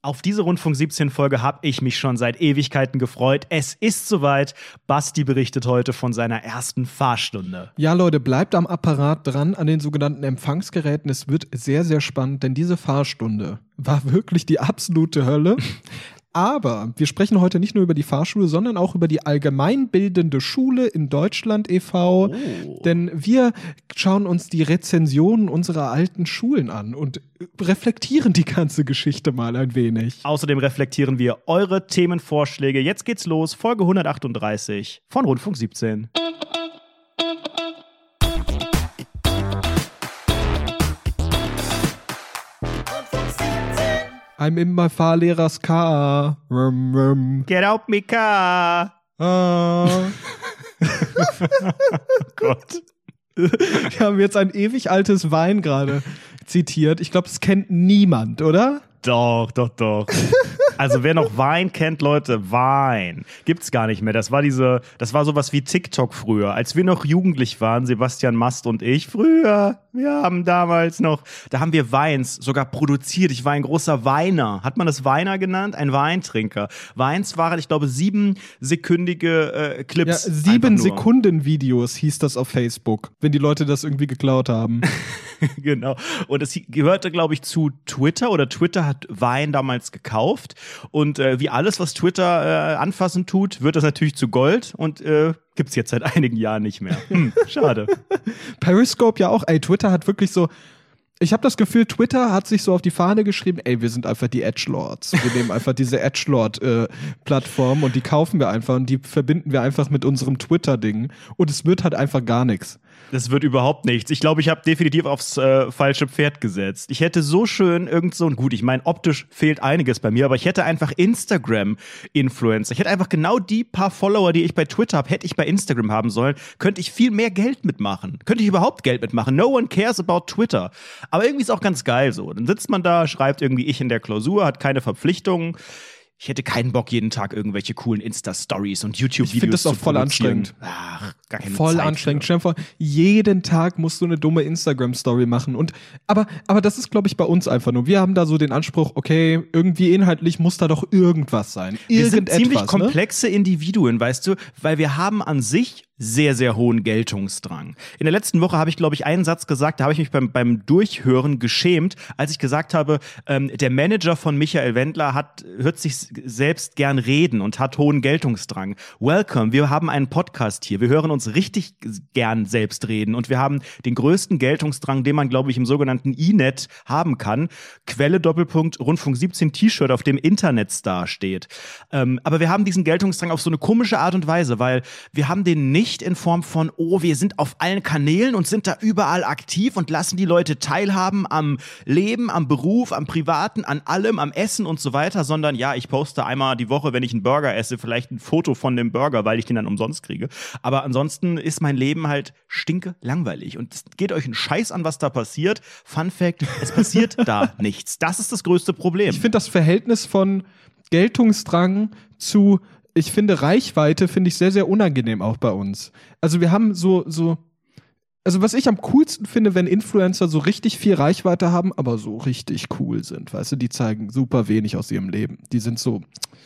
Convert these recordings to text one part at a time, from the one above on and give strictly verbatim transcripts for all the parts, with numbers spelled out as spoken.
Auf diese Rundfunk siebzehn-Folge habe ich mich schon seit Ewigkeiten gefreut. Es ist soweit. Basti berichtet heute von seiner ersten Fahrstunde. Ja, Leute, bleibt am Apparat dran, an den sogenannten Empfangsgeräten. Es wird sehr, sehr spannend, denn diese Fahrstunde war wirklich die absolute Hölle. Aber wir sprechen heute nicht nur über die Fahrschule, sondern auch über die allgemeinbildende Schule in Deutschland e V Oh. Denn wir schauen uns die Rezensionen unserer alten Schulen an und reflektieren die ganze Geschichte mal ein wenig. Außerdem reflektieren wir eure Themenvorschläge. Jetzt geht's los, Folge hundertachtunddreißig von Rundfunk siebzehn. I'm in my Fahrlehrers car. Rum, rum. Get out me car. Ah. Oh Gott. Wir haben jetzt ein ewig altes Wein gerade zitiert. Ich glaube, das kennt niemand, oder? Doch, doch, doch. Also wer noch Wein kennt, Leute, Wein gibt's gar nicht mehr. Das war diese, das war sowas wie TikTok früher. Als wir noch jugendlich waren, Sebastian Mast und ich, früher, wir haben damals noch, da haben wir Weins sogar produziert. Ich war ein großer Weiner. Hat man das Weiner genannt? Ein Weintrinker. Weins waren, ich glaube, siebensekündige äh, Clips. Ja, sieben Sekunden Videos hieß das auf Facebook, wenn die Leute das irgendwie geklaut haben. Genau. Und es gehörte, glaube ich, zu Twitter oder Twitter hat Wein damals gekauft. Und äh, wie alles, was Twitter äh, anfassen tut, wird das natürlich zu Gold und äh, gibt's jetzt seit einigen Jahren nicht mehr. Hm, schade. Periscope ja auch. Ey, Twitter hat wirklich so. Ich habe das Gefühl, Twitter hat sich so auf die Fahne geschrieben, ey, wir sind einfach die Edgelords. Wir nehmen einfach diese Edgelord-Plattform äh, und die kaufen wir einfach und die verbinden wir einfach mit unserem Twitter-Ding. Und es wird halt einfach gar nichts. Das wird überhaupt nichts. Ich glaube, ich habe definitiv aufs äh, falsche Pferd gesetzt. Ich hätte so schön irgend so ein, gut, ich meine, optisch fehlt einiges bei mir, aber ich hätte einfach Instagram-Influencer. Ich hätte einfach genau die paar Follower, die ich bei Twitter habe, hätte ich bei Instagram haben sollen, könnte ich viel mehr Geld mitmachen. Könnte ich überhaupt Geld mitmachen. No one cares about Twitter. Aber irgendwie ist auch ganz geil so. Dann sitzt man da, schreibt irgendwie ich in der Klausur, hat keine Verpflichtungen. Ich hätte keinen Bock, jeden Tag irgendwelche coolen Insta-Stories und YouTube-Videos zu Ich finde das auch voll anstrengend. Ach, gar keine voll Zeit anstrengend. Stell dir vor, jeden Tag musst du eine dumme Instagram-Story machen. Und, aber, aber das ist, glaube ich, bei uns einfach nur. Wir haben da so den Anspruch, okay, irgendwie inhaltlich muss da doch irgendwas sein. Wir sind ziemlich ne? komplexe Individuen, weißt du, weil wir haben an sich sehr, sehr hohen Geltungsdrang. In der letzten Woche habe ich, glaube ich, einen Satz gesagt, da habe ich mich beim, beim Durchhören geschämt, als ich gesagt habe, ähm, der Manager von Michael Wendler hat, hört sich selbst gern reden und hat hohen Geltungsdrang. Welcome, wir haben einen Podcast hier, wir hören uns richtig gern selbst reden und wir haben den größten Geltungsdrang, den man, glaube ich, im sogenannten E-Net haben kann. Quelle Doppelpunkt Rundfunk siebzehn T-Shirt, auf dem Internetstar steht. Ähm, aber wir haben diesen Geltungsdrang auf so eine komische Art und Weise, weil wir haben den nicht Nicht in Form von, oh, wir sind auf allen Kanälen und sind da überall aktiv und lassen die Leute teilhaben am Leben, am Beruf, am Privaten, an allem, am Essen und so weiter, sondern ja, ich poste einmal die Woche, wenn ich einen Burger esse, vielleicht ein Foto von dem Burger, weil ich den dann umsonst kriege. Aber ansonsten ist mein Leben halt stinke langweilig und es geht euch einen Scheiß an, was da passiert. Fun Fact, es passiert da nichts. Das ist das größte Problem. Ich finde das Verhältnis von Geltungsdrang zu Ich finde, Reichweite finde ich sehr, sehr unangenehm auch bei uns. Also wir haben so, so, also was ich am coolsten finde, wenn Influencer so richtig viel Reichweite haben, aber so richtig cool sind, weißt du, die zeigen super wenig aus ihrem Leben. Die sind so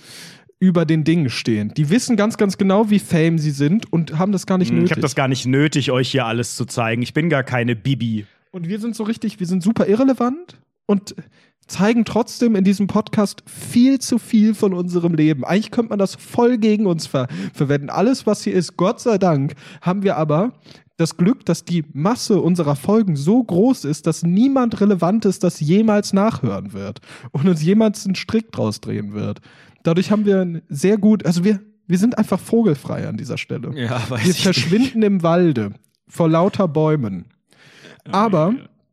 über den Dingen stehend. Die wissen ganz, ganz genau, wie fame sie sind und haben das gar nicht ich nötig. Ich habe das gar nicht nötig, euch hier alles zu zeigen. Ich bin gar keine Bibi. Und wir sind so richtig, wir sind super irrelevant und zeigen trotzdem in diesem Podcast viel zu viel von unserem Leben. Eigentlich könnte man das voll gegen uns ver- verwenden. Alles, was hier ist, Gott sei Dank, haben wir aber das Glück, dass die Masse unserer Folgen so groß ist, dass niemand Relevantes das jemals nachhören wird und uns jemals einen Strick draus drehen wird. Dadurch haben wir ein sehr gut, also wir, wir sind einfach vogelfrei an dieser Stelle. Ja, weiß wir ich verschwinden nicht. im Walde vor lauter Bäumen. Aber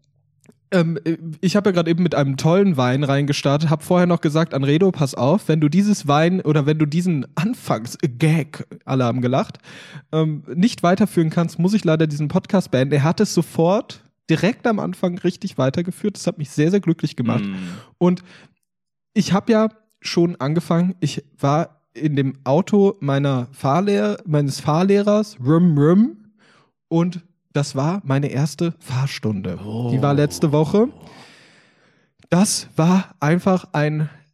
Ähm, ich habe ja gerade eben mit einem tollen Wein reingestartet, habe vorher noch gesagt, Anredo, pass auf, wenn du dieses Wein oder wenn du diesen Anfangs-Gag, alle haben gelacht, ähm, nicht weiterführen kannst, muss ich leider diesen Podcast beenden. Er hat es sofort direkt am Anfang richtig weitergeführt. Das hat mich sehr, sehr glücklich gemacht. Mm. Und ich habe ja schon angefangen, ich war in dem Auto meiner Fahrlehr- meines Fahrlehrers, rum, rum, und das war meine erste Fahrstunde. Oh. Die war letzte Woche. Das war einfach ein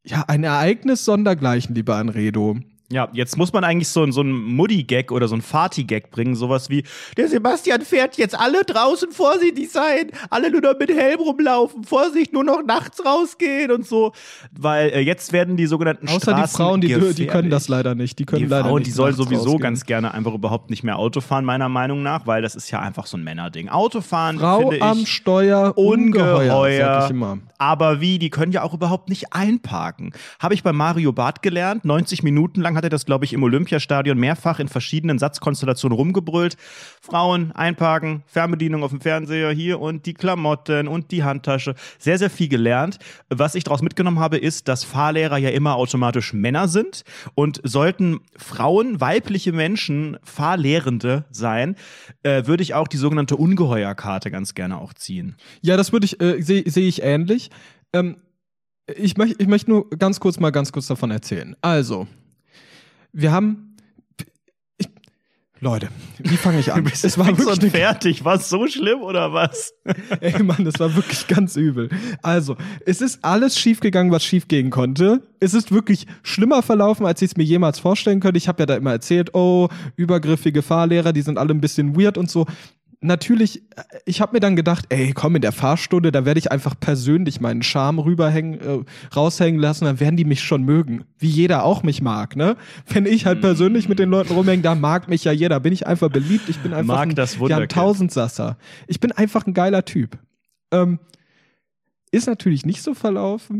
Ja, ein Ereignis sondergleichen, lieber Anredo. Ja, jetzt muss man eigentlich so, so einen Muddy-Gag oder so einen Fati-Gag bringen, sowas wie: Der Sebastian fährt jetzt alle draußen, vorsichtig sein, alle nur noch mit Helm rumlaufen, Vorsicht, nur noch nachts rausgehen und so. Weil äh, jetzt werden die sogenannten Außer Straßen die Frauen, die, gefährlich. die können das leider nicht. Die können Die leider Frauen, nicht die sollen nachts sowieso rausgehen. ganz gerne einfach überhaupt nicht mehr Auto fahren, meiner Meinung nach, weil das ist ja einfach so ein Männerding. Autofahren, Frau finde ich, am Steuer, ungeheuer, ungeheuer. sag ich immer. Aber wie, die können ja auch überhaupt nicht einparken. Habe ich bei Mario Barth gelernt. neunzig Minuten lang hat er das, glaube ich, im Olympiastadion mehrfach in verschiedenen Satzkonstellationen rumgebrüllt. Frauen einparken, Fernbedienung auf dem Fernseher hier und die Klamotten und die Handtasche. Sehr, sehr viel gelernt. Was ich daraus mitgenommen habe, ist, dass Fahrlehrer ja immer automatisch Männer sind. Und sollten Frauen, weibliche Menschen, Fahrlehrende sein, äh, würde ich auch die sogenannte Ungeheuerkarte ganz gerne auch ziehen. Ja, das würde ich, äh, sehe seh ich ähnlich. Ähm, ich möchte ich möcht nur ganz kurz mal ganz kurz davon erzählen. Also, wir haben. Ich, Leute, wie fange ich an? Du bist es war wirklich und fertig. War es so schlimm oder was? Ey, Mann, das war wirklich ganz übel. Also, es ist alles schiefgegangen, was schiefgehen konnte. Es ist wirklich schlimmer verlaufen, als ich es mir jemals vorstellen könnte. Ich habe ja da immer erzählt, oh, übergriffige Fahrlehrer, die sind alle ein bisschen weird und so. Natürlich, ich habe mir dann gedacht, ey, komm, in der Fahrstunde, da werde ich einfach persönlich meinen Charme rüberhängen, äh, raushängen lassen, dann werden die mich schon mögen. Wie jeder auch mich mag, ne? Wenn ich halt persönlich mit den Leuten rumhänge, da mag mich ja jeder. Bin ich einfach beliebt, ich bin einfach mag ein das Jan Tausendsasser. Ich bin einfach ein geiler Typ. Ähm, ist natürlich nicht so verlaufen.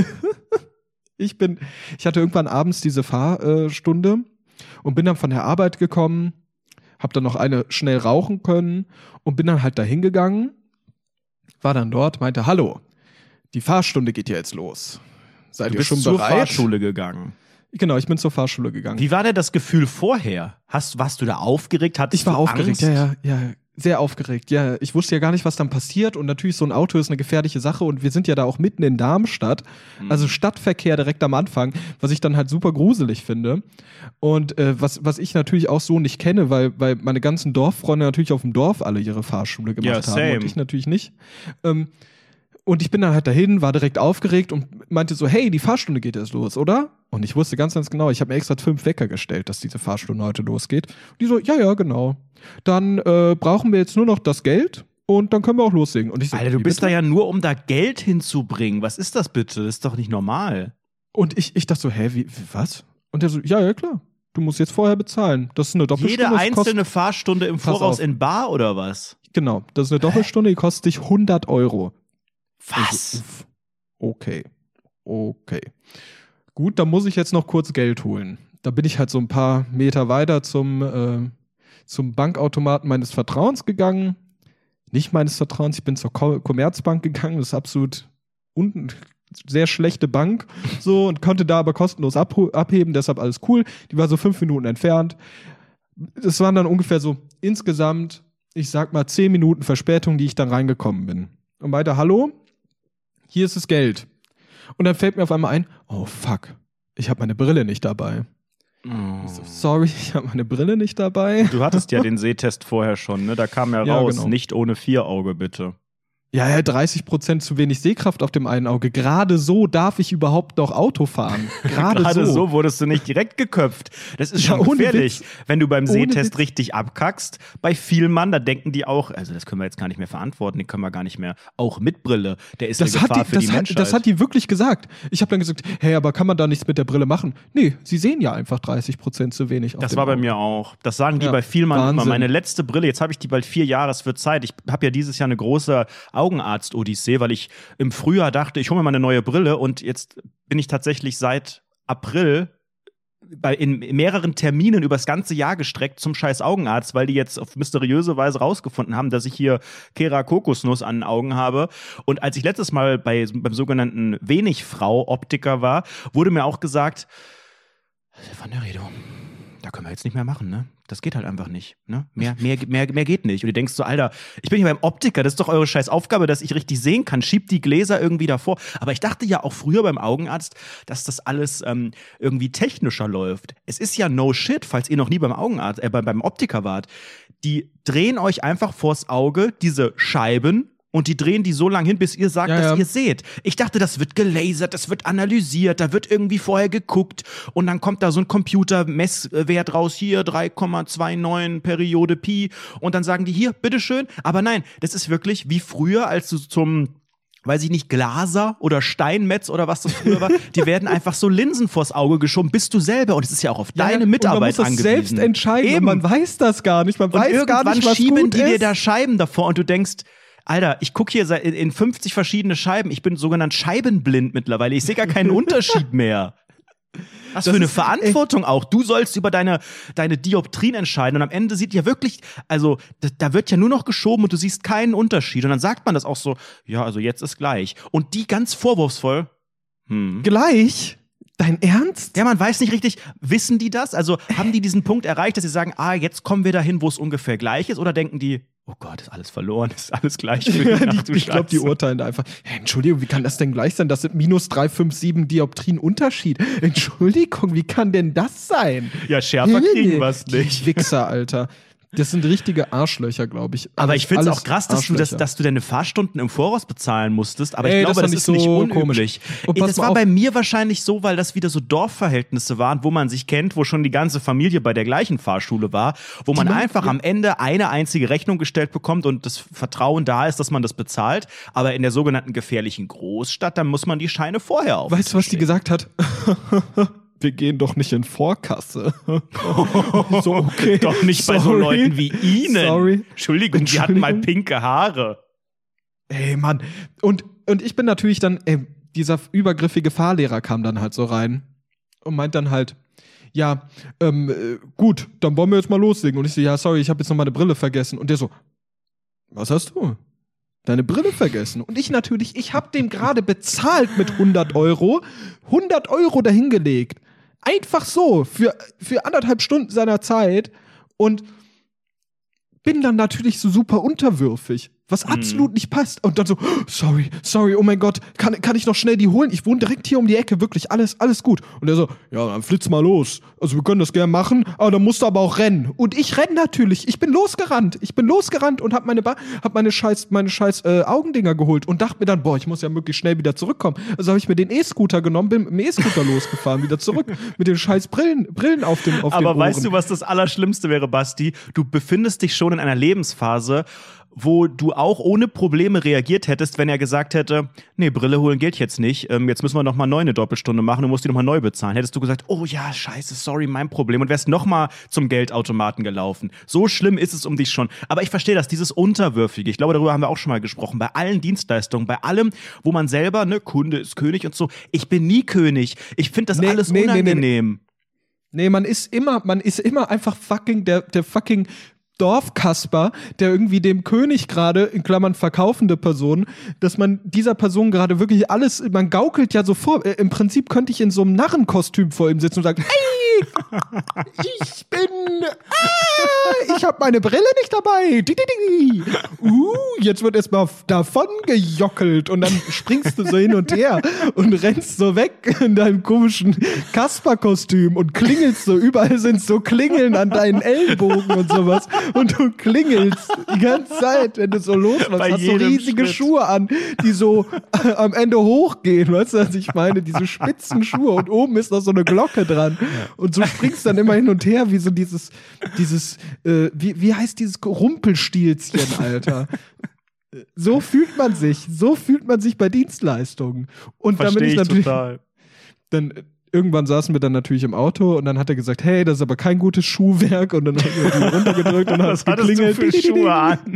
ich bin, ich hatte irgendwann abends diese Fahrstunde und bin dann von der Arbeit gekommen, hab dann noch eine schnell rauchen können und bin dann halt da hingegangen, war dann dort, meinte, hallo, die Fahrstunde geht ja jetzt los. Seid du ihr bist schon zur bereit? Fahrschule gegangen. Genau, ich bin zur Fahrschule gegangen. Wie war denn das Gefühl vorher? Hast, warst du da aufgeregt? Hattest ich war du aufgeregt, Angst? ja, ja, ja. Sehr aufgeregt, ja. Ich wusste ja gar nicht, was dann passiert. Und natürlich, so ein Auto ist eine gefährliche Sache. Und wir sind ja da auch mitten in Darmstadt. Mhm. Also Stadtverkehr direkt am Anfang, was ich dann halt super gruselig finde. Und äh, was, was ich natürlich auch so nicht kenne, weil, weil meine ganzen Dorffreunde natürlich auf dem Dorf alle ihre Fahrschule gemacht Ja, same. haben. Und ich natürlich nicht. Ähm, Und ich bin dann halt dahin, war direkt aufgeregt und meinte so, hey, die Fahrstunde geht jetzt los, oder? Und ich wusste ganz, ganz genau, ich habe mir extra fünf Wecker gestellt, dass diese Fahrstunde heute losgeht. Und die so, ja, ja, genau. Dann äh, brauchen wir jetzt nur noch das Geld und dann können wir auch loslegen. Und ich so, Alter, du wie bist bitte? da ja nur, um da Geld hinzubringen. Was ist das bitte? Das ist doch nicht normal. Und ich, ich dachte so, hä, wie, wie, was? Und der so, ja, ja, klar. Du musst jetzt vorher bezahlen. Das ist eine Doppelstunde. Jede das kostet- einzelne Fahrstunde im Pass Voraus auf. in bar oder was? Genau, das ist eine Doppelstunde, die kostet dich hundert Euro. Was? Also, okay. Okay. Gut, dann muss ich jetzt noch kurz Geld holen. Da bin ich halt so ein paar Meter weiter zum, äh, zum Bankautomaten meines Vertrauens gegangen. Nicht meines Vertrauens, ich bin zur Ko- Commerzbank gegangen. Das ist absolut unten sehr schlechte Bank. So, und konnte da aber kostenlos abho- abheben, deshalb alles cool. Die war so fünf Minuten entfernt. Das waren dann ungefähr so insgesamt, ich sag mal, zehn Minuten Verspätung, die ich dann reingekommen bin. Und meinte, hallo, hier ist das Geld. Und dann fällt mir auf einmal ein, oh fuck, ich habe meine Brille nicht dabei. Oh. Ich so, sorry, ich habe meine Brille nicht dabei. Du hattest ja den Sehtest vorher schon, ne? Da kam ja Ja, raus, genau. nicht ohne Vierauge, bitte. Ja, ja, dreißig Prozent zu wenig Sehkraft auf dem einen Auge. Gerade so darf ich überhaupt noch Auto fahren. Gerade Gerade so. so. wurdest du nicht direkt geköpft. Das ist Ja, schon ohne gefährlich, Witz. wenn du beim Ohne Sehtest Witz. richtig abkackst. Bei Vielmann, da denken die auch, also das können wir jetzt gar nicht mehr verantworten, den können wir gar nicht mehr, auch mit Brille, der ist Das eine hat, Gefahr die, für das, die hat, Menschheit. das hat die wirklich gesagt. Ich habe dann gesagt, hey, aber kann man da nichts mit der Brille machen? Nee, sie sehen ja einfach dreißig Prozent zu wenig. Auf Das dem war bei Auge. mir auch. Das sagen die Ja, bei Vielmann immer. Wahnsinn. Meine letzte Brille, jetzt habe ich die bald vier Jahre, es wird Zeit. Ich habe ja dieses Jahr eine große Augenarzt-Odyssee, weil ich im Frühjahr dachte, ich hole mir mal eine neue Brille und jetzt bin ich tatsächlich seit April bei, in mehreren Terminen übers ganze Jahr gestreckt zum scheiß Augenarzt, weil die jetzt auf mysteriöse Weise rausgefunden haben, dass ich hier Kera Kokosnuss an den Augen habe. Und als ich letztes Mal bei, beim sogenannten Wenigfrau-Optiker war, wurde mir auch gesagt, Stefan der Redo, da können wir jetzt nicht mehr machen, ne? Das geht halt einfach nicht, ne? Mehr, mehr, mehr, mehr geht nicht. Und du denkst so, Alter, ich bin hier beim Optiker, das ist doch eure scheiß Aufgabe, dass ich richtig sehen kann. Schiebt die Gläser irgendwie davor. Aber ich dachte ja auch früher beim Augenarzt, dass das alles ähm, irgendwie technischer läuft. Es ist ja no shit, falls ihr noch nie beim Augenarzt, äh, beim Optiker wart. Die drehen euch einfach vors Auge diese Scheiben Und die drehen die so lange hin, bis ihr sagt, Ja, dass ja. ihr seht. Ich dachte, das wird gelasert, das wird analysiert, da wird irgendwie vorher geguckt und dann kommt da so ein Computer-Messwert raus, hier drei Komma neunundzwanzig Periode Pi und dann sagen die, hier, bitteschön. Aber nein, das ist wirklich wie früher, als du zum weiß ich nicht, Glaser oder Steinmetz oder was das früher war, die werden einfach so Linsen vors Auge geschoben, bist du selber. Und es ist ja auch auf Ja, deine und Mitarbeit man muss das angewiesen. selbst entscheiden. Eben. Und man weiß das gar nicht. Man Und weiß gar irgendwann nicht, was schieben gut die dir ist. da Scheiben davor und du denkst, Alter, ich gucke hier seit- in fünfzig verschiedene Scheiben. Ich bin sogenannt scheibenblind mittlerweile. Ich sehe gar keinen Unterschied mehr. Was Das für eine ist Verantwortung auch. Du sollst über deine, deine Dioptrien entscheiden und am Ende sieht ja wirklich, also da, da wird ja nur noch geschoben und du siehst keinen Unterschied. Und dann sagt man das auch so, ja, also jetzt ist gleich. Und die ganz vorwurfsvoll, hm. Gleich? Dein Ernst? Ja, man weiß nicht richtig, wissen die das? Also haben die diesen Punkt erreicht, dass sie sagen, ah, jetzt kommen wir dahin, wo es ungefähr gleich ist? Oder denken die, oh Gott, ist alles verloren, ist alles gleich für Ja, die, ach, die, du ich glaube, die Scheiße. urteilen da einfach. Hey, Entschuldigung, wie kann das denn gleich sein? Das sind minus drei Komma fünfundfünfzig Dioptrien Unterschied. Entschuldigung, wie kann denn das sein? Ja, schärfer kriegen wir es Die nicht. Wichser, Alter. Das sind richtige Arschlöcher, glaube ich. Aber Alles- ich finde es alles auch krass, dass du, das, Arschlöcher. dass du deine Fahrstunden im Voraus bezahlen musstest. Aber Ey, ich glaube, das das, war ist nicht nicht so unüblich. komisch. Und Ey, pass das mal war auf. bei mir wahrscheinlich so, weil das wieder so Dorfverhältnisse waren, wo man sich kennt, wo schon die ganze Familie bei der gleichen Fahrschule war, wo man machen- einfach am Ende eine einzige Rechnung gestellt bekommt und das Vertrauen da ist, dass man das bezahlt. Aber in der sogenannten gefährlichen Großstadt, dann muss man die Scheine vorher auf. Weißt du, was die gesagt hat? Wir gehen doch nicht in Vorkasse. So, okay. Doch nicht bei so Sorry. Leuten wie Ihnen. Sorry. Entschuldigung, die hatten mal Entschuldigung. pinke Haare. Ey, Mann. Und, und ich bin natürlich dann, ey, dieser übergriffige Fahrlehrer kam dann halt so rein und meint dann halt, ja, ähm, äh, gut, dann wollen wir jetzt mal loslegen. Und ich so, ja, sorry, ich habe jetzt noch meine Brille vergessen. Und der so, was hast du? Deine Brille vergessen. Und ich natürlich, ich habe dem gerade bezahlt mit hundert Euro, hundert Euro dahingelegt. Einfach so, für, für anderthalb Stunden seiner Zeit. Und bin dann natürlich so super unterwürfig, was absolut nicht passt. Und dann so, sorry, sorry, oh mein Gott, kann, kann ich noch schnell die holen? Ich wohne direkt hier um die Ecke, wirklich, alles, alles gut. Und er so, ja, dann flitz mal los. Also wir können das gerne machen, aber dann musst du aber auch rennen. Und ich renn natürlich, ich bin losgerannt. Ich bin losgerannt und hab meine, ba hab meine scheiß, meine scheiß äh, Augendinger geholt und dachte mir dann, boah, ich muss ja möglichst schnell wieder zurückkommen. Also habe ich mir den E-Scooter genommen, bin mit dem E-Scooter losgefahren, wieder zurück, mit den scheiß Brillen, Brillen auf dem auf den Aber Ohren. weißt du, was das Allerschlimmste wäre, Basti? Du befindest dich schon in einer Lebensphase, wo du auch ohne Probleme reagiert hättest, wenn er gesagt hätte, nee, Brille holen geht jetzt nicht, ähm, jetzt müssen wir noch mal neu eine Doppelstunde machen, du musst die noch mal neu bezahlen. Hättest du gesagt, oh ja, scheiße, sorry, mein Problem und wärst noch mal zum Geldautomaten gelaufen. So schlimm ist es um dich schon. Aber ich verstehe das, dieses Unterwürfige, ich glaube, darüber haben wir auch schon mal gesprochen, bei allen Dienstleistungen, bei allem, wo man selber, ne, Kunde ist König und so, ich bin nie König. Ich finde das Nee, alles nee, nee, nee, nee. unangenehm. Nee, man ist immer, man ist immer einfach fucking der, der fucking Dorfkasper, der irgendwie dem König gerade, in Klammern verkaufende Person, dass man dieser Person gerade wirklich alles, man gaukelt ja so vor. Äh, Im Prinzip könnte ich in so einem Narrenkostüm vor ihm sitzen und sagen, hey, ich bin, ah, ich habe meine Brille nicht dabei. Di, di, di, di. Uh, jetzt wird erstmal davon gejockelt und dann springst du so hin und her und rennst so weg in deinem komischen Kasper-Kostüm und klingelst so. Überall sind so Klingeln an deinen Ellbogen und sowas. Und du klingelst die ganze Zeit, wenn du so losläufst. Bei Hast so jedem riesige Schritt. Schuhe an, die so äh, am Ende hochgehen. Weißt du, was ich meine? Diese spitzen Schuhe und oben ist noch so eine Glocke dran. Und so springst dann immer hin und her, wie so dieses, dieses, äh, wie, wie heißt dieses Rumpelstilzchen, Alter? So fühlt man sich. So fühlt man sich bei Dienstleistungen. Und da bin Verstehe ich ich natürlich. total. Dann äh, irgendwann saßen wir dann natürlich im Auto und dann hat er gesagt, hey, das ist aber kein gutes Schuhwerk. Und dann hat er die runtergedrückt und hat Was hattest du geklingelt. für Schuhe an?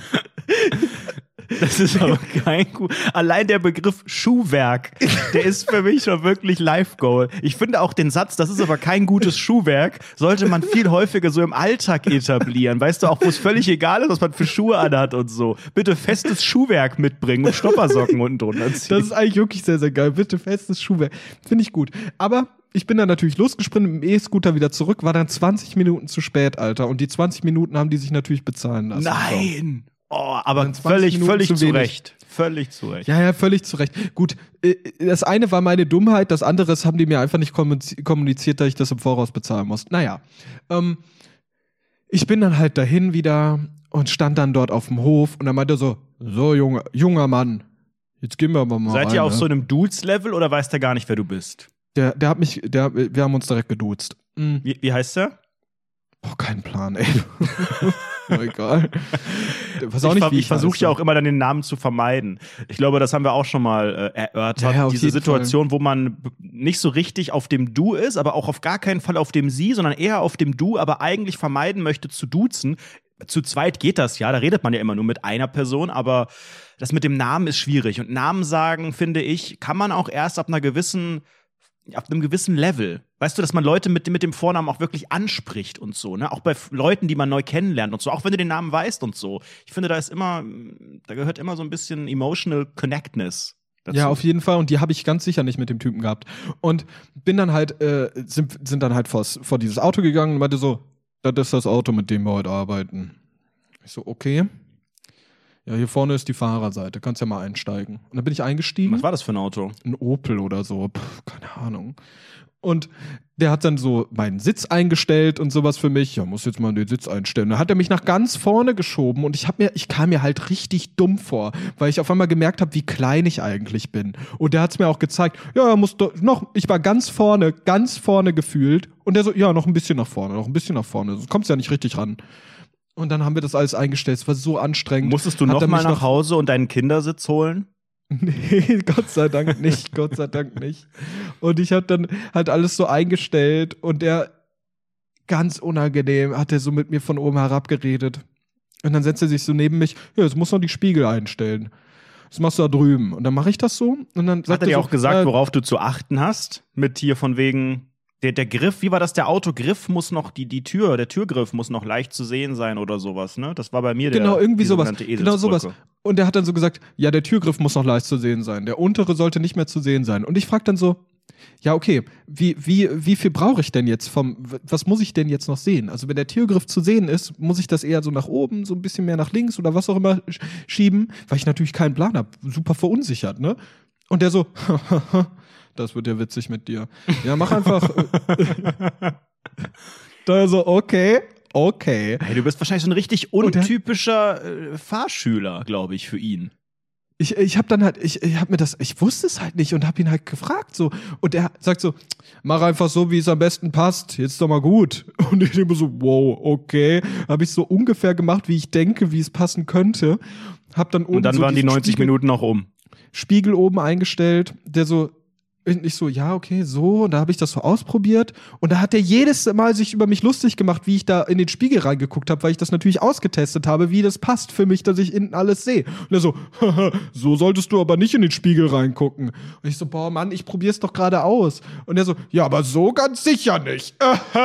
Das ist aber kein gut. Allein der Begriff Schuhwerk, der ist für mich schon wirklich Life-Goal. Ich finde auch den Satz, das ist aber kein gutes Schuhwerk, sollte man viel häufiger so im Alltag etablieren. Weißt du, auch wo es völlig egal ist, was man für Schuhe anhat und so. Bitte festes Schuhwerk mitbringen und Stoppersocken unten drunter ziehen. Das ist eigentlich wirklich sehr, sehr geil. Bitte festes Schuhwerk. Finde ich gut. Aber ich bin dann natürlich losgesprintet mit dem E-Scooter wieder zurück, war dann zwanzig Minuten zu spät, Alter. Und die zwanzig Minuten haben die sich natürlich bezahlen lassen. Nein! Oh, aber Dann zwanzig völlig, Minuten völlig zu zu wenig. Recht. Völlig zu Recht. Ja, ja, völlig zu Recht. Gut, äh, das eine war meine Dummheit, das andere haben die mir einfach nicht kommuniz- kommuniziert, dass ich das im Voraus bezahlen muss. Naja, ähm, ich bin dann halt dahin wieder und stand dann dort auf dem Hof und dann meinte er so, so, junger, junger Mann, jetzt gehen wir aber mal Seid rein, ihr auf ne? so einem Dudes-Level oder weiß der gar nicht, wer du bist? Der, der hat mich, der, wir haben uns direkt geduzt. Mhm. Wie, wie heißt der? Boah, kein Plan, ey. Oh, egal. Ich weiß auch ich nicht, ver wie ich versuche ja auch immer dann den Namen zu vermeiden. Ich glaube, das haben wir auch schon mal äh, erörtert. Ja, ja, auf Diese jeden Situation, Fall. Wo man nicht so richtig auf dem Du ist, aber auch auf gar keinen Fall auf dem Sie, sondern eher auf dem Du, aber eigentlich vermeiden möchte zu duzen. Zu zweit geht das ja, da redet man ja immer nur mit einer Person, aber das mit dem Namen ist schwierig. Und Namen sagen, finde ich, kann man auch erst ab einer gewissen auf einem gewissen Level. Weißt du, dass man Leute mit, mit dem Vornamen auch wirklich anspricht und so, ne? Auch bei Leuten, die man neu kennenlernt und so, auch wenn du den Namen weißt und so. Ich finde, da ist immer, da gehört immer so ein bisschen emotional connectness dazu. Ja, auf jeden Fall. Und die habe ich ganz sicher nicht mit dem Typen gehabt. Und bin dann halt, äh, sind, sind dann halt vors, vor dieses Auto gegangen und meinte so, das ist das Auto, mit dem wir heute arbeiten. Ich so, okay. Ja, hier vorne ist die Fahrerseite, kannst ja mal einsteigen. Und dann bin ich eingestiegen. Was war das für ein Auto? Ein Opel oder so, Puh, keine Ahnung. Und der hat dann so meinen Sitz eingestellt und sowas für mich. Ja, muss jetzt mal den Sitz einstellen. Dann hat er mich nach ganz vorne geschoben und ich hab mir, ich kam mir halt richtig dumm vor, weil ich auf einmal gemerkt habe, wie klein ich eigentlich bin. Und der hat es mir auch gezeigt. Ja, er muss doch noch. Ich war ganz vorne, ganz vorne gefühlt. Und der so, ja, noch ein bisschen nach vorne, noch ein bisschen nach vorne. Du kommst ja nicht richtig ran. Und dann haben wir das alles eingestellt. Es war so anstrengend. Musstest du noch mal nach Hause und deinen Kindersitz holen? Nee, Gott sei Dank nicht. Gott sei Dank nicht. Und ich hab dann halt alles so eingestellt und der ganz unangenehm hat er so mit mir von oben herab geredet. Und dann setzt er sich so neben mich, ja, jetzt musst du noch die Spiegel einstellen. Das machst du da drüben. Und dann mache ich das so. Und dann sagt hat er dir so, auch gesagt, äh, worauf du zu achten hast? Mit hier von wegen Der, der Griff, wie war das? Der Autogriff muss noch, die, die Tür, der Türgriff muss noch leicht zu sehen sein oder sowas, ne? Das war bei mir genau, der irgendwie sowas. sogenannte Genau sowas. Eselsbrücke. Und der hat dann so gesagt, ja, der Türgriff muss noch leicht zu sehen sein. Der untere sollte nicht mehr zu sehen sein. Und ich frag dann so, ja, okay, wie, wie, wie viel brauche ich denn jetzt vom, was muss ich denn jetzt noch sehen? Also wenn der Türgriff zu sehen ist, muss ich das eher so nach oben, so ein bisschen mehr nach links oder was auch immer schieben, weil ich natürlich keinen Plan habe. Super verunsichert, ne? Und der so, das wird ja witzig mit dir. Ja, mach einfach. Da so, okay, okay. Hey, du bist wahrscheinlich so ein richtig untypischer äh, Fahrschüler, glaube ich, für ihn. Ich, ich habe dann halt, ich, ich habe mir das, ich wusste es halt nicht und habe ihn halt gefragt so. Und er sagt so, mach einfach so, wie es am besten passt. Jetzt doch mal gut. Und ich immer so, wow, okay. Habe ich so ungefähr gemacht, wie ich denke, wie es passen könnte. Hab dann oben und dann so waren die neunzig Spiegel, Minuten noch um. Spiegel oben eingestellt, der so, ich so, ja, okay, so. Und da habe ich das so ausprobiert. Und da hat er jedes Mal sich über mich lustig gemacht, wie ich da in den Spiegel reingeguckt habe, weil ich das natürlich ausgetestet habe, wie das passt für mich, dass ich innen alles sehe. Und er so, so solltest du aber nicht in den Spiegel reingucken. Und ich so, boah, Mann, ich probier's doch gerade aus. Und er so, ja, aber so ganz sicher nicht.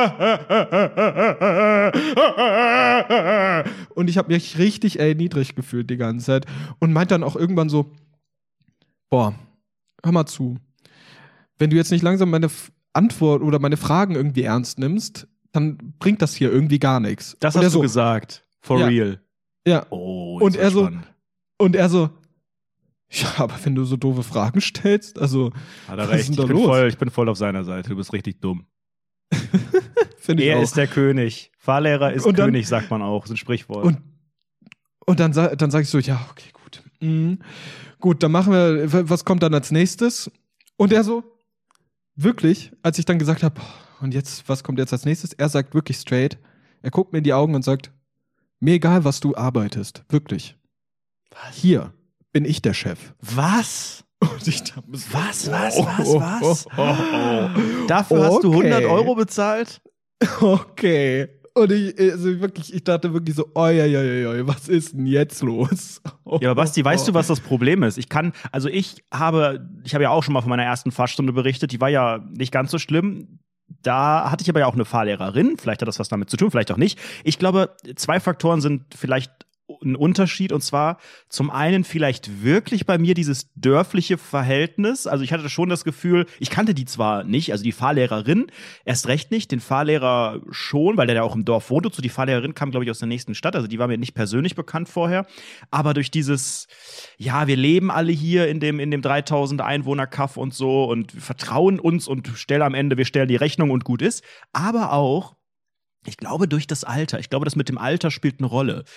Und ich habe mich richtig erniedrigt gefühlt die ganze Zeit. Und meint dann auch irgendwann so, boah, hör mal zu. Wenn du jetzt nicht langsam meine Antwort oder meine Fragen irgendwie ernst nimmst, dann bringt das hier irgendwie gar nichts. Das und hast so, du gesagt. For ja, real. Ja. Oh, und er so, spannend. und er so, ja, aber wenn du so doofe Fragen stellst, also, Hat er was recht. ist denn Ich da bin, los? voll, ich bin voll auf seiner Seite. Du bist richtig dumm. Find ich Er auch. ist der König. Fahrlehrer ist Und dann- König, sagt man auch. Das ist ein Sprichwort. Und, und dann, sa- dann sage ich so, ja, okay, gut. Mhm. Gut, dann machen wir, w- was kommt dann als nächstes? Und er so, wirklich, als ich dann gesagt habe, und jetzt, was kommt jetzt als nächstes? Er sagt wirklich straight, er guckt mir in die Augen und sagt, mir egal, was du arbeitest, wirklich. Hier bin ich der Chef. was? Und ich dachte, mir so, Was, was, oh, was, oh, was? oh, oh. Dafür hast du Okay. hundert Euro bezahlt? Okay. Und ich, also wirklich, ich dachte wirklich so, oi, oi, oi, oi, was ist denn jetzt los? Ja, aber Basti, weißt du, was das Problem ist? Ich kann, also ich habe, ich habe ja auch schon mal von meiner ersten Fahrstunde berichtet, die war ja nicht ganz so schlimm. Da hatte ich aber ja auch eine Fahrlehrerin, vielleicht hat das was damit zu tun, vielleicht auch nicht. Ich glaube, zwei Faktoren sind vielleicht ein Unterschied, und zwar zum einen vielleicht wirklich bei mir dieses dörfliche Verhältnis. Also ich hatte schon das Gefühl, ich kannte die zwar nicht, also die Fahrlehrerin erst recht nicht, den Fahrlehrer schon, weil der ja auch im Dorf wohnte. So, die Fahrlehrerin kam, glaube ich, aus der nächsten Stadt, also die war mir nicht persönlich bekannt vorher. Aber durch dieses, ja, wir leben alle hier in dem, in dem dreitausend Einwohner-Kaff und so und vertrauen uns und stellen am Ende, wir stellen die Rechnung und gut ist. Aber auch, ich glaube, durch das Alter. Ich glaube, das mit dem Alter spielt eine Rolle.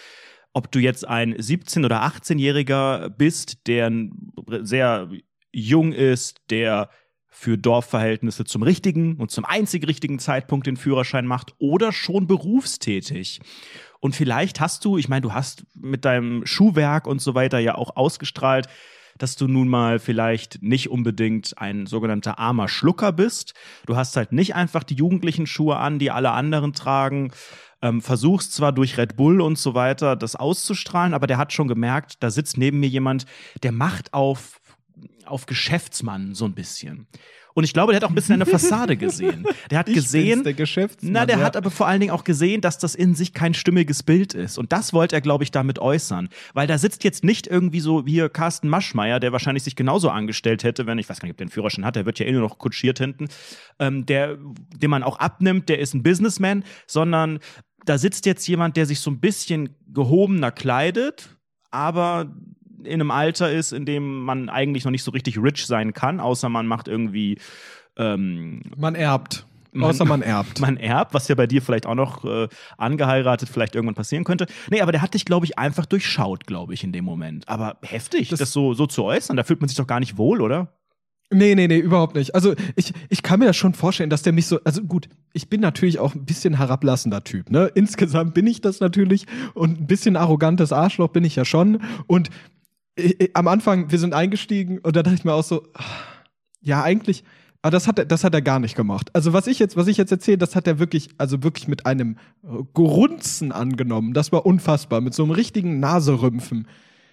ob du jetzt ein siebzehn- oder achtzehnjähriger bist, der sehr jung ist, der für Dorfverhältnisse zum richtigen und zum einzig richtigen Zeitpunkt den Führerschein macht oder schon berufstätig. Und vielleicht hast du, ich meine, du hast mit deinem Schuhwerk und so weiter ja auch ausgestrahlt, dass du nun mal vielleicht nicht unbedingt ein sogenannter armer Schlucker bist. Du hast halt nicht einfach die jugendlichen Schuhe an, die alle anderen tragen. Ähm, versuchst zwar durch Red Bull und so weiter das auszustrahlen, aber der hat schon gemerkt, da sitzt neben mir jemand, der macht auf, auf Geschäftsmann so ein bisschen. Und ich glaube, der hat auch ein bisschen eine Fassade gesehen. Der hat Ich gesehen, bin's, der Geschäftsmann, na, der ja. hat aber vor allen Dingen auch gesehen, dass das in sich kein stimmiges Bild ist. Und das wollte er, glaube ich, damit äußern. Weil da sitzt jetzt nicht irgendwie so wie hier Carsten Maschmeyer, der wahrscheinlich sich genauso angestellt hätte, wenn, ich weiß gar nicht, ob der einen Führerschein hat, der wird ja eh nur noch kutschiert hinten, ähm, der, den man auch abnimmt, der ist ein Businessman, sondern da sitzt jetzt jemand, der sich so ein bisschen gehobener kleidet, aber in einem Alter ist, in dem man eigentlich noch nicht so richtig rich sein kann, außer man macht irgendwie ähm, Man erbt. Man, Außer man erbt. Man erbt, was ja bei dir vielleicht auch noch äh, angeheiratet vielleicht irgendwann passieren könnte. Nee, aber der hat dich, glaube ich, einfach durchschaut, glaube ich, in dem Moment. Aber heftig, das, das so, so zu äußern, da fühlt man sich doch gar nicht wohl, oder? Nee, nee, nee, überhaupt nicht. Also ich, ich kann mir das schon vorstellen, dass der mich so, also gut, ich bin natürlich auch ein bisschen herablassender Typ, ne? Insgesamt bin ich das natürlich und ein bisschen arrogantes Arschloch bin ich ja schon. Und ich, ich, am Anfang, wir sind eingestiegen und da dachte ich mir auch so, ja, eigentlich, aber das hat er, das hat er gar nicht gemacht. Also was ich jetzt, was ich jetzt erzähle, das hat er wirklich, also wirklich mit einem Grunzen angenommen. Das war unfassbar, mit so einem richtigen Naserümpfen.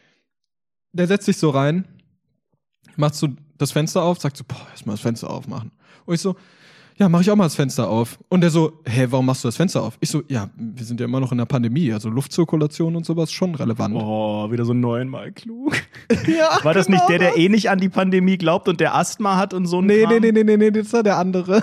Der setzt sich so rein, macht so das Fenster auf, sagt so, boah, erstmal das Fenster aufmachen. Und ich so, ja, mach ich auch mal das Fenster auf. Und der so, hä, warum machst du das Fenster auf? Ich so, ja, wir sind ja immer noch in der Pandemie, also Luftzirkulation und sowas schon relevant. Oh, wieder so neunmal klug. Ja, war das genau nicht der, der das. eh nicht an die Pandemie glaubt und der Asthma hat und so ein Nee, Kram? nee, nee, nee, nee, nee, das war der andere.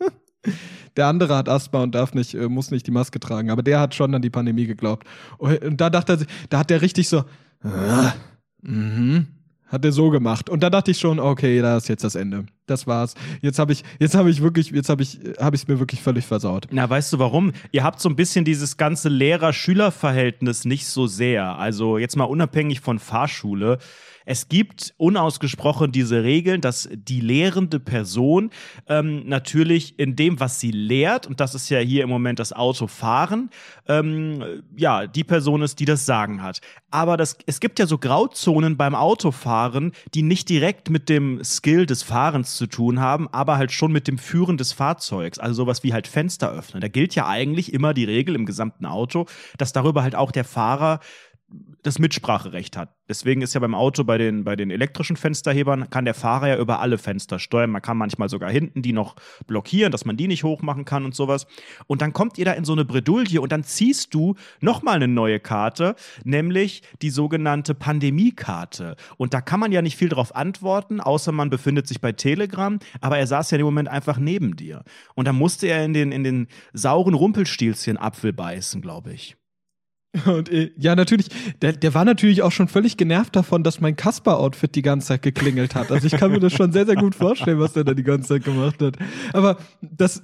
Der andere hat Asthma und darf nicht, äh, muss nicht die Maske tragen, aber der hat schon an die Pandemie geglaubt. Und da dachte er, sich- da hat der richtig so, ah, mhm. Hat er so gemacht. Und da dachte ich schon, okay, da ist jetzt das Ende. Das war's. Jetzt habe ich, jetzt habe ich wirklich, jetzt habe ich, habe ich es mir wirklich völlig versaut. Na, weißt du warum? Ihr habt so ein bisschen dieses ganze Lehrer-Schüler-Verhältnis nicht so sehr. Also jetzt mal unabhängig von Fahrschule. Es gibt unausgesprochen diese Regeln, dass die lehrende Person ähm, natürlich in dem, was sie lehrt, und das ist ja hier im Moment das Autofahren, ähm, ja, die Person ist, die das Sagen hat. Aber das, es gibt ja so Grauzonen beim Autofahren, die nicht direkt mit dem Skill des Fahrens zu tun haben, aber halt schon mit dem Führen des Fahrzeugs. Also sowas wie halt Fenster öffnen. Da gilt ja eigentlich immer die Regel im gesamten Auto, dass darüber halt auch der Fahrer das Mitspracherecht hat. Deswegen ist ja beim Auto bei den, bei den elektrischen Fensterhebern kann der Fahrer ja über alle Fenster steuern. Man kann manchmal sogar hinten die noch blockieren, dass man die nicht hochmachen kann und sowas. Und dann kommt ihr da in so eine Bredouille und dann ziehst du nochmal eine neue Karte, nämlich die sogenannte Pandemiekarte. Und da kann man ja nicht viel drauf antworten, außer man befindet sich bei Telegram. Aber er saß ja im Moment einfach neben dir. Und dann musste er in den, in den sauren Rumpelstilzchen Apfel beißen, glaube ich. Und äh, ja, natürlich, der, der war natürlich auch schon völlig genervt davon, dass mein Kasper-Outfit die ganze Zeit geklingelt hat. Also ich kann mir das schon sehr, sehr gut vorstellen, was der da die ganze Zeit gemacht hat. Aber das,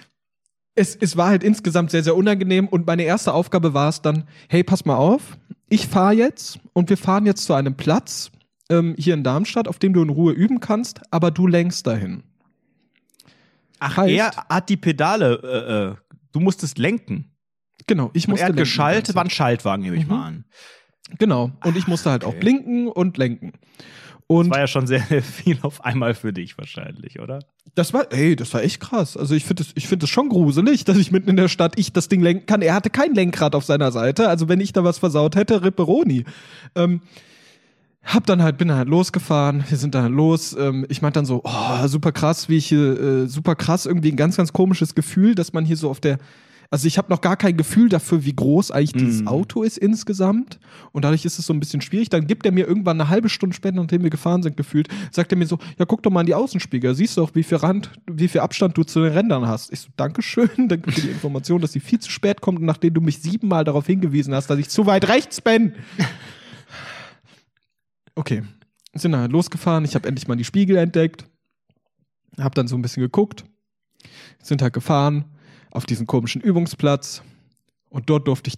es, es war halt insgesamt sehr, sehr unangenehm und meine erste Aufgabe war es dann, hey, pass mal auf, ich fahre jetzt und wir fahren jetzt zu einem Platz ähm, hier in Darmstadt, auf dem du in Ruhe üben kannst, aber du lenkst dahin. Ach, Heißt- er hat die Pedale, äh, äh, du musstest lenken. Genau, ich Und musste er hat lenken. geschaltet, war ein Schaltwagen, nehme ich Mhm. mal an. Genau, und ich musste halt okay. auch blinken und lenken. Das Und war ja schon sehr viel auf einmal für dich wahrscheinlich, oder? das war, ey, das war echt krass. Also ich finde es ich find das schon gruselig, dass ich mitten in der Stadt ich das Ding lenken kann. Er hatte kein Lenkrad auf seiner Seite, also wenn ich da was versaut hätte, Ripperoni. Ähm, hab dann halt, bin dann halt losgefahren, wir sind dann halt los. Ähm, ich meinte dann so, oh, super krass, wie ich hier, äh, super krass, irgendwie ein ganz, ganz komisches Gefühl, dass man hier so auf der, also ich habe noch gar kein Gefühl dafür, wie groß eigentlich dieses Mm. Auto ist insgesamt. Und dadurch ist es so ein bisschen schwierig. Dann gibt er mir irgendwann eine halbe Stunde später, nachdem wir gefahren sind, gefühlt, sagt er mir so, ja, guck doch mal in die Außenspiegel. Siehst du auch, wie viel Rand, wie viel Abstand du zu den Rändern hast. Ich so, Dankeschön. Danke für die Information, dass sie viel zu spät kommt, nachdem du mich siebenmal darauf hingewiesen hast, dass ich zu weit rechts bin. Okay. Sind dann halt losgefahren. Ich habe endlich mal die Spiegel entdeckt. Hab dann so ein bisschen geguckt. Sind halt gefahren auf diesen komischen Übungsplatz und dort durfte ich dann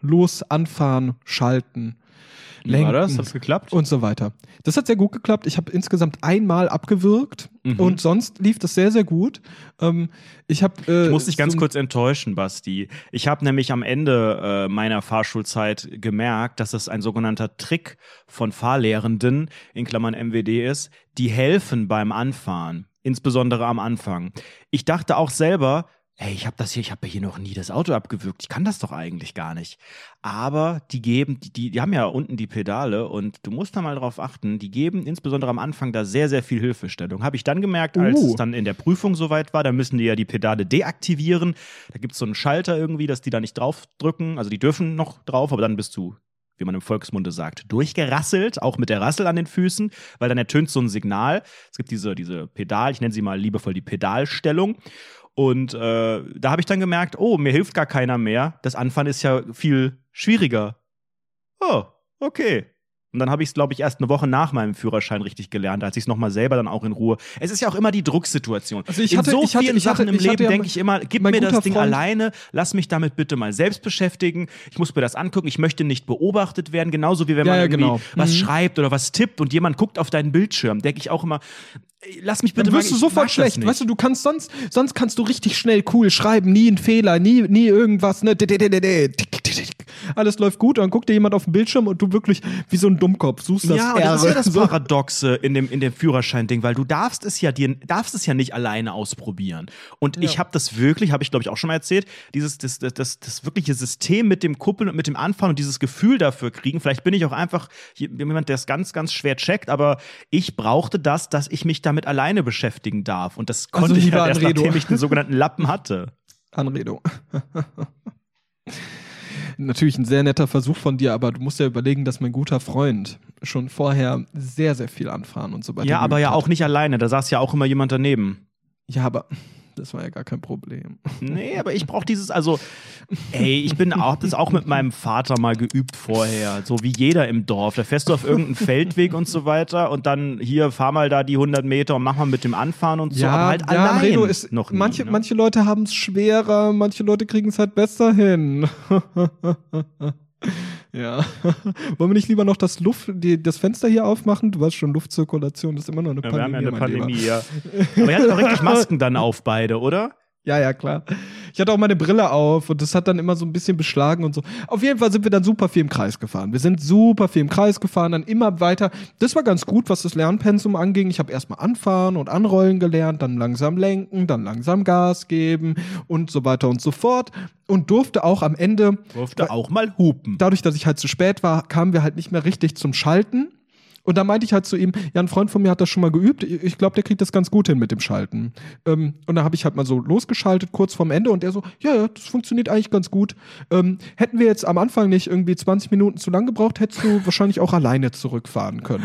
los, anfahren, schalten, Wie lenken. war das? Hat es geklappt? Und so weiter. Das hat sehr gut geklappt. Ich habe insgesamt einmal abgewürgt mhm. und sonst lief das sehr, sehr gut. Ähm, ich habe. Äh, ich muss dich ganz so kurz enttäuschen, Basti. Ich habe nämlich am Ende äh, meiner Fahrschulzeit gemerkt, dass es ein sogenannter Trick von Fahrlehrenden, in Klammern M W D ist, die helfen beim Anfahren, insbesondere am Anfang. Ich dachte auch selber, hey, ich habe das hier, ich habe hier noch nie das Auto abgewürgt. Ich kann das doch eigentlich gar nicht. Aber die geben, die, die haben ja unten die Pedale und du musst da mal drauf achten, die geben insbesondere am Anfang da sehr, sehr viel Hilfestellung. Habe ich dann gemerkt, als Uh. es dann in der Prüfung soweit war, da müssen die ja die Pedale deaktivieren. Da gibt es so einen Schalter irgendwie, dass die da nicht draufdrücken. Also die dürfen noch drauf, aber dann bist du, wie man im Volksmunde sagt, durchgerasselt, auch mit der Rassel an den Füßen, weil dann ertönt so ein Signal. Es gibt diese, diese Pedal, ich nenne sie mal liebevoll die Pedalstellung. Und äh, da habe ich dann gemerkt, oh, mir hilft gar keiner mehr. Das Anfahren ist ja viel schwieriger. Oh, okay. Und dann habe ich es, glaube ich, erst eine Woche nach meinem Führerschein richtig gelernt, als ich es nochmal selber dann auch in Ruhe. Es ist ja auch immer die Drucksituation. Also ich hatte, in so ich hatte, vielen ich hatte, Sachen im ich hatte Leben ja denke ich immer, gib mir das Ding Freund, alleine, lass mich damit bitte mal selbst beschäftigen. Ich muss mir das angucken, ich möchte nicht beobachtet werden. Genauso wie wenn ja, man ja, irgendwie genau. was mhm. schreibt oder was tippt und jemand guckt auf deinen Bildschirm. Denke ich auch immer, lass mich bitte dann wirst mal, du sofort schlecht. Weißt du, du kannst sonst, sonst kannst du richtig schnell cool schreiben, nie einen Fehler, nie, nie irgendwas, ne? Alles läuft gut, dann guckt dir jemand auf den Bildschirm und du wirklich wie so ein Dummkopf suchst das Ja, und R. das ist ja das So. Paradoxe in dem, in dem Führerschein-Ding, weil du darfst es ja dir, darfst es ja nicht alleine ausprobieren. Und Ja. ich habe das wirklich, habe ich glaube ich auch schon mal erzählt, dieses, das, das, das, das wirkliche System mit dem Kuppeln und mit dem Anfahren und dieses Gefühl dafür kriegen. Vielleicht bin ich auch einfach jemand, der es ganz, ganz schwer checkt, aber ich brauchte das, dass ich mich damit alleine beschäftigen darf. Und das konnte Also, ich lieber halt erst, Anredo. nachdem ich den sogenannten Lappen hatte. Anredo. Natürlich ein sehr netter Versuch von dir, aber du musst ja überlegen, dass mein guter Freund schon vorher sehr, sehr viel anfahren und so weiter. Ja, aber ja hat. auch nicht alleine. Da saß ja auch immer jemand daneben. Ja, aber das war ja gar kein Problem. Nee, aber ich brauche dieses, also, ey, ich bin auch, das auch mit meinem Vater mal geübt vorher, so wie jeder im Dorf. Da fährst du auf irgendeinen Feldweg und so weiter und dann hier, fahr mal da die hundert Meter und mach mal mit dem Anfahren und so, ja, aber halt ja, allein Redo ist, noch nie, manche, ne? manche Leute haben es schwerer, manche Leute kriegen es halt besser hin. Ja. Wollen wir nicht lieber noch das Luft, die, das Fenster hier aufmachen? Du weißt schon, Luftzirkulation ist immer noch eine Ja, Pandemie. wir haben ja eine mein Pandemie, Lieber. ja. Aber ihr hattet doch richtig Masken dann auf beide, oder? Ja, ja, klar. Ich hatte auch meine Brille auf und das hat dann immer so ein bisschen beschlagen und so. Auf jeden Fall sind wir dann super viel im Kreis gefahren. Wir sind super viel im Kreis gefahren, dann immer weiter. Das war ganz gut, was das Lernpensum anging. Ich habe erstmal anfahren und anrollen gelernt, dann langsam lenken, dann langsam Gas geben und so weiter und so fort. Und durfte auch am Ende. Durfte auch mal hupen. Dadurch, dass ich halt zu spät war, kamen wir halt nicht mehr richtig zum Schalten. Und da meinte ich halt zu ihm, ja, ein Freund von mir hat das schon mal geübt, ich glaube, der kriegt das ganz gut hin mit dem Schalten. Ähm, und da habe ich halt mal so losgeschaltet, kurz vorm Ende, und er so, ja, ja, das funktioniert eigentlich ganz gut. Ähm, hätten wir jetzt am Anfang nicht irgendwie zwanzig Minuten zu lang gebraucht, hättest du wahrscheinlich auch alleine zurückfahren können.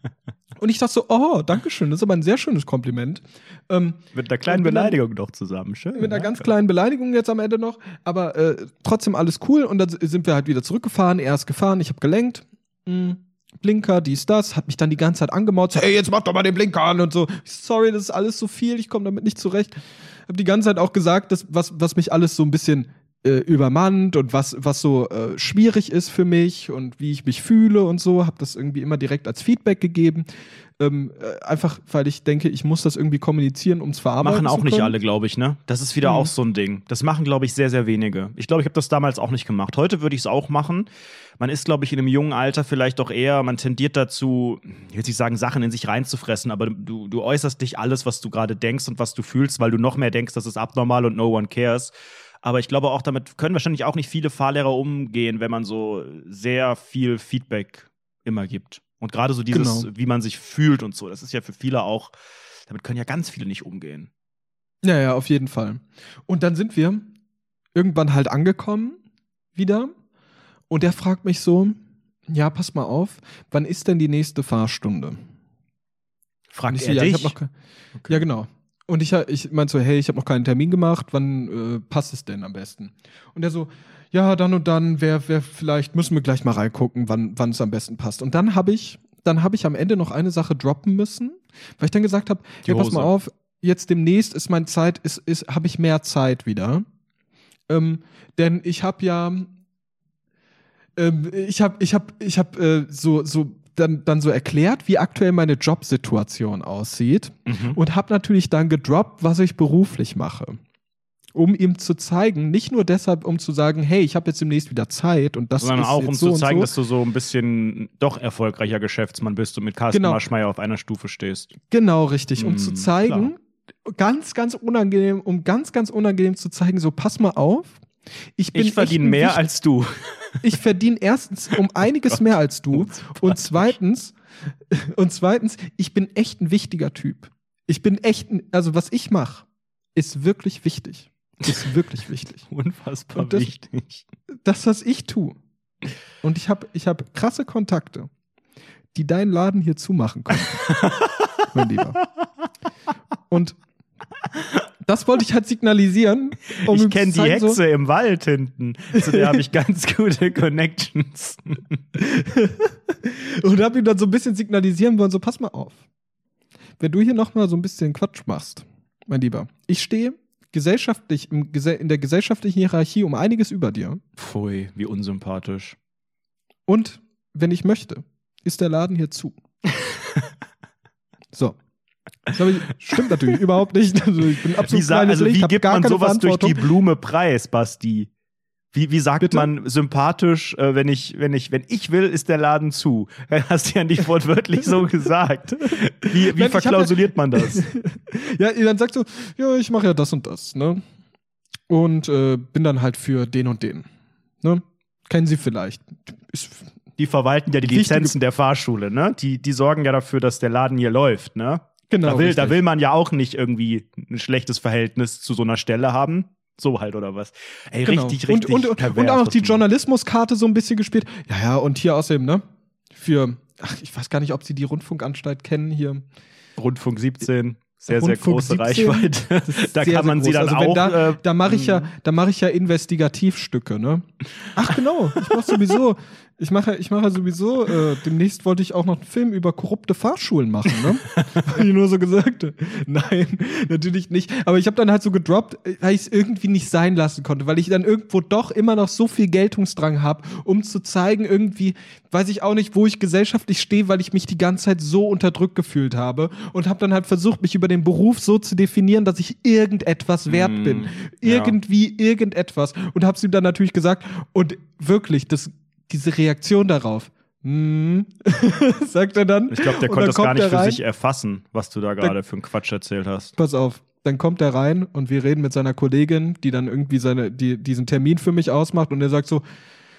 Und ich dachte so, oh, dankeschön, das ist aber ein sehr schönes Kompliment. Ähm, mit einer kleinen Beleidigung noch zusammen, schön. Mit einer ganz kleinen Beleidigung jetzt am Ende noch, aber äh, trotzdem alles cool. Und dann sind wir halt wieder zurückgefahren, er ist gefahren, ich habe gelenkt. Mhm. Blinker, dies, das, hat mich dann die ganze Zeit angemotzt, hey, jetzt mach doch mal den Blinker an und so. Sorry, das ist alles so viel, ich komme damit nicht zurecht. Hab die ganze Zeit auch gesagt, dass, was, was mich alles so ein bisschen äh, übermannt und was, was so äh, schwierig ist für mich und wie ich mich fühle und so. Hab das irgendwie immer direkt als Feedback gegeben. Ähm, äh, einfach, weil ich denke, ich muss das irgendwie kommunizieren, um es verarbeiten Machen auch zu nicht können. alle, glaube ich, ne? Das ist wieder Mhm. auch so ein Ding. Das machen, glaube ich, sehr, sehr wenige. Ich glaube, ich habe das damals auch nicht gemacht. Heute würde ich es auch machen. Man ist, glaube ich, in einem jungen Alter vielleicht doch eher, man tendiert dazu, ich will nicht sagen, Sachen in sich reinzufressen, aber du, du äußerst dich alles, was du gerade denkst und was du fühlst, weil du noch mehr denkst, das ist abnormal und no one cares. Aber ich glaube auch, damit können wahrscheinlich auch nicht viele Fahrlehrer umgehen, wenn man so sehr viel Feedback immer gibt. Und gerade so dieses, Genau. wie man sich fühlt und so, das ist ja für viele auch, damit können ja ganz viele nicht umgehen. Ja, ja, auf jeden Fall. Und dann sind wir irgendwann halt angekommen wieder. Und der fragt mich so, ja, pass mal auf, wann ist denn die nächste Fahrstunde? Fragt ich er so, ja, dich? ich hab noch ke- Ja, genau. Und ich, ich meinte so, hey, ich habe noch keinen Termin gemacht, wann äh, passt es denn am besten? Und er so, ja, dann und dann, wer, wer vielleicht, müssen wir gleich mal reingucken, wann wann es am besten passt. Und dann habe ich, dann habe ich am Ende noch eine Sache droppen müssen, weil ich dann gesagt habe, Die ja, pass Hose. mal auf, jetzt demnächst ist meine Zeit, ist, ist, habe ich mehr Zeit wieder. Ähm, denn ich habe ja ähm, ich habe ich hab, ich hab, äh, so, so dann, dann so erklärt, wie aktuell meine Jobsituation aussieht Mhm. und habe natürlich dann gedroppt, was ich beruflich mache. Um ihm zu zeigen, nicht nur deshalb, um zu sagen, hey, ich habe jetzt demnächst wieder Zeit und das Sondern ist auch, jetzt um so zu und zeigen, so. dass du so ein bisschen doch erfolgreicher Geschäftsmann bist und mit Carsten Genau. Maschmeyer auf einer Stufe stehst. Genau, richtig. Um Mm, zu zeigen, ganz, ganz unangenehm, um ganz, ganz unangenehm zu zeigen, so pass mal auf. Ich, bin Ich verdiene echt ein mehr wichtig- als du. Ich verdiene erstens um einiges mehr als du und zweitens, und zweitens, ich bin echt ein wichtiger Typ. Ich bin echt, ein, also was ich mache, ist wirklich wichtig. Ist wirklich wichtig. Unfassbar Und das- wichtig. Das, was ich tue. Und ich habe ich hab krasse Kontakte, die deinen Laden hier zumachen können. Mein Lieber. Und das wollte ich halt signalisieren. Um ihm Ich zu kenne die zeigen, so- Hexe im Wald hinten. Zu der habe ich ganz gute Connections. Und habe ihm dann so ein bisschen signalisieren wollen, so pass mal auf. Wenn du hier noch mal so ein bisschen Quatsch machst, mein Lieber, ich stehe gesellschaftlich im, Gese- in der gesellschaftlichen Hierarchie um einiges über dir. Pfui, wie unsympathisch. Und wenn ich möchte, ist der Laden hier zu. So. Das hab ich, stimmt natürlich überhaupt nicht. Also ich bin absolut Wie, sa- kleines also Licht, wie hab gibt gar man keine sowas durch die Verantwortung. Blume preis, Basti? Wie, wie sagt Bitte? man sympathisch, äh, wenn ich, wenn ich, wenn ich will, ist der Laden zu? Hast du ja nicht wortwörtlich so gesagt. Wie, wie Nein, ich hab verklausuliert man das? Ja, dann sagst du, ja, ich mache ja das und das, ne? Und äh, bin dann halt für den und den. Ne? Kennen Sie vielleicht. Ist, Die verwalten ja die Wichtige- Lizenzen der Fahrschule, ne? Die, die sorgen ja dafür, dass der Laden hier läuft, ne? genau. Da will, da richtig. will man ja auch nicht irgendwie ein schlechtes Verhältnis zu so einer Stelle haben. So halt, oder was? Ey, Genau. richtig, richtig. Und, und, pervers, und auch was die du- Journalismuskarte so ein bisschen gespielt. Ja, ja, und hier außerdem, ne? Für, ach, ich weiß gar nicht, ob Sie die Rundfunkanstalt kennen hier. Rundfunk siebzehn. Sehr, Rundfunk sehr große siebzehn, Reichweite. ist Da sehr, kann man sehr sie groß. dann Also wenn auch. Da, äh, da mache ich ja, da mache ich ja Investigativstücke, ne? Ach genau, ich mache sowieso, ich mache, ich mache sowieso. Äh, demnächst wollte ich auch noch einen Film über korrupte Fahrschulen machen, ne? Hab ich nur so gesagt. Nein, natürlich nicht. Aber ich habe dann halt so gedroppt, weil ich es irgendwie nicht sein lassen konnte, weil ich dann irgendwo doch immer noch so viel Geltungsdrang habe, um zu zeigen, irgendwie, weiß ich auch nicht, wo ich gesellschaftlich stehe, weil ich mich die ganze Zeit so unterdrückt gefühlt habe und habe dann halt versucht, mich über den Beruf so zu definieren, dass ich irgendetwas wert Mm, bin. ja. Irgendwie irgendetwas. Und hab's ihm dann natürlich gesagt. Und wirklich, das, diese Reaktion darauf, mm, sagt er dann. Ich glaube, der Und konnte dann das gar kommt nicht er für rein. sich erfassen, was du da gerade für einen Quatsch erzählt hast. Pass auf, dann kommt er rein und wir reden mit seiner Kollegin, die dann irgendwie seine, die, diesen Termin für mich ausmacht und er sagt so,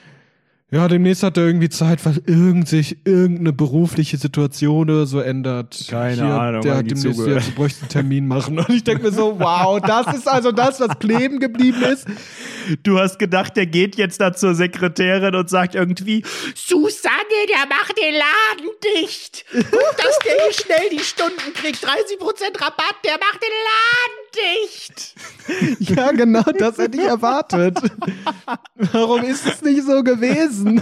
ja, demnächst hat er irgendwie Zeit, weil irgend sich irgendeine berufliche Situation oder so ändert. Keine Ahnung, Der hab hat ich nie demnächst zugehört. jetzt bräuchte einen Termin machen. Und ich denke mir so, wow, das ist also das, was kleben geblieben ist. Du hast gedacht, der geht jetzt da zur Sekretärin und sagt irgendwie: Susanne, der macht den Laden dicht. Guck, dass der hier schnell die Stunden kriegt. dreißig Prozent Rabatt, der macht den Laden dicht. Ja, genau, das hätte ich erwartet. Warum ist es nicht so gewesen?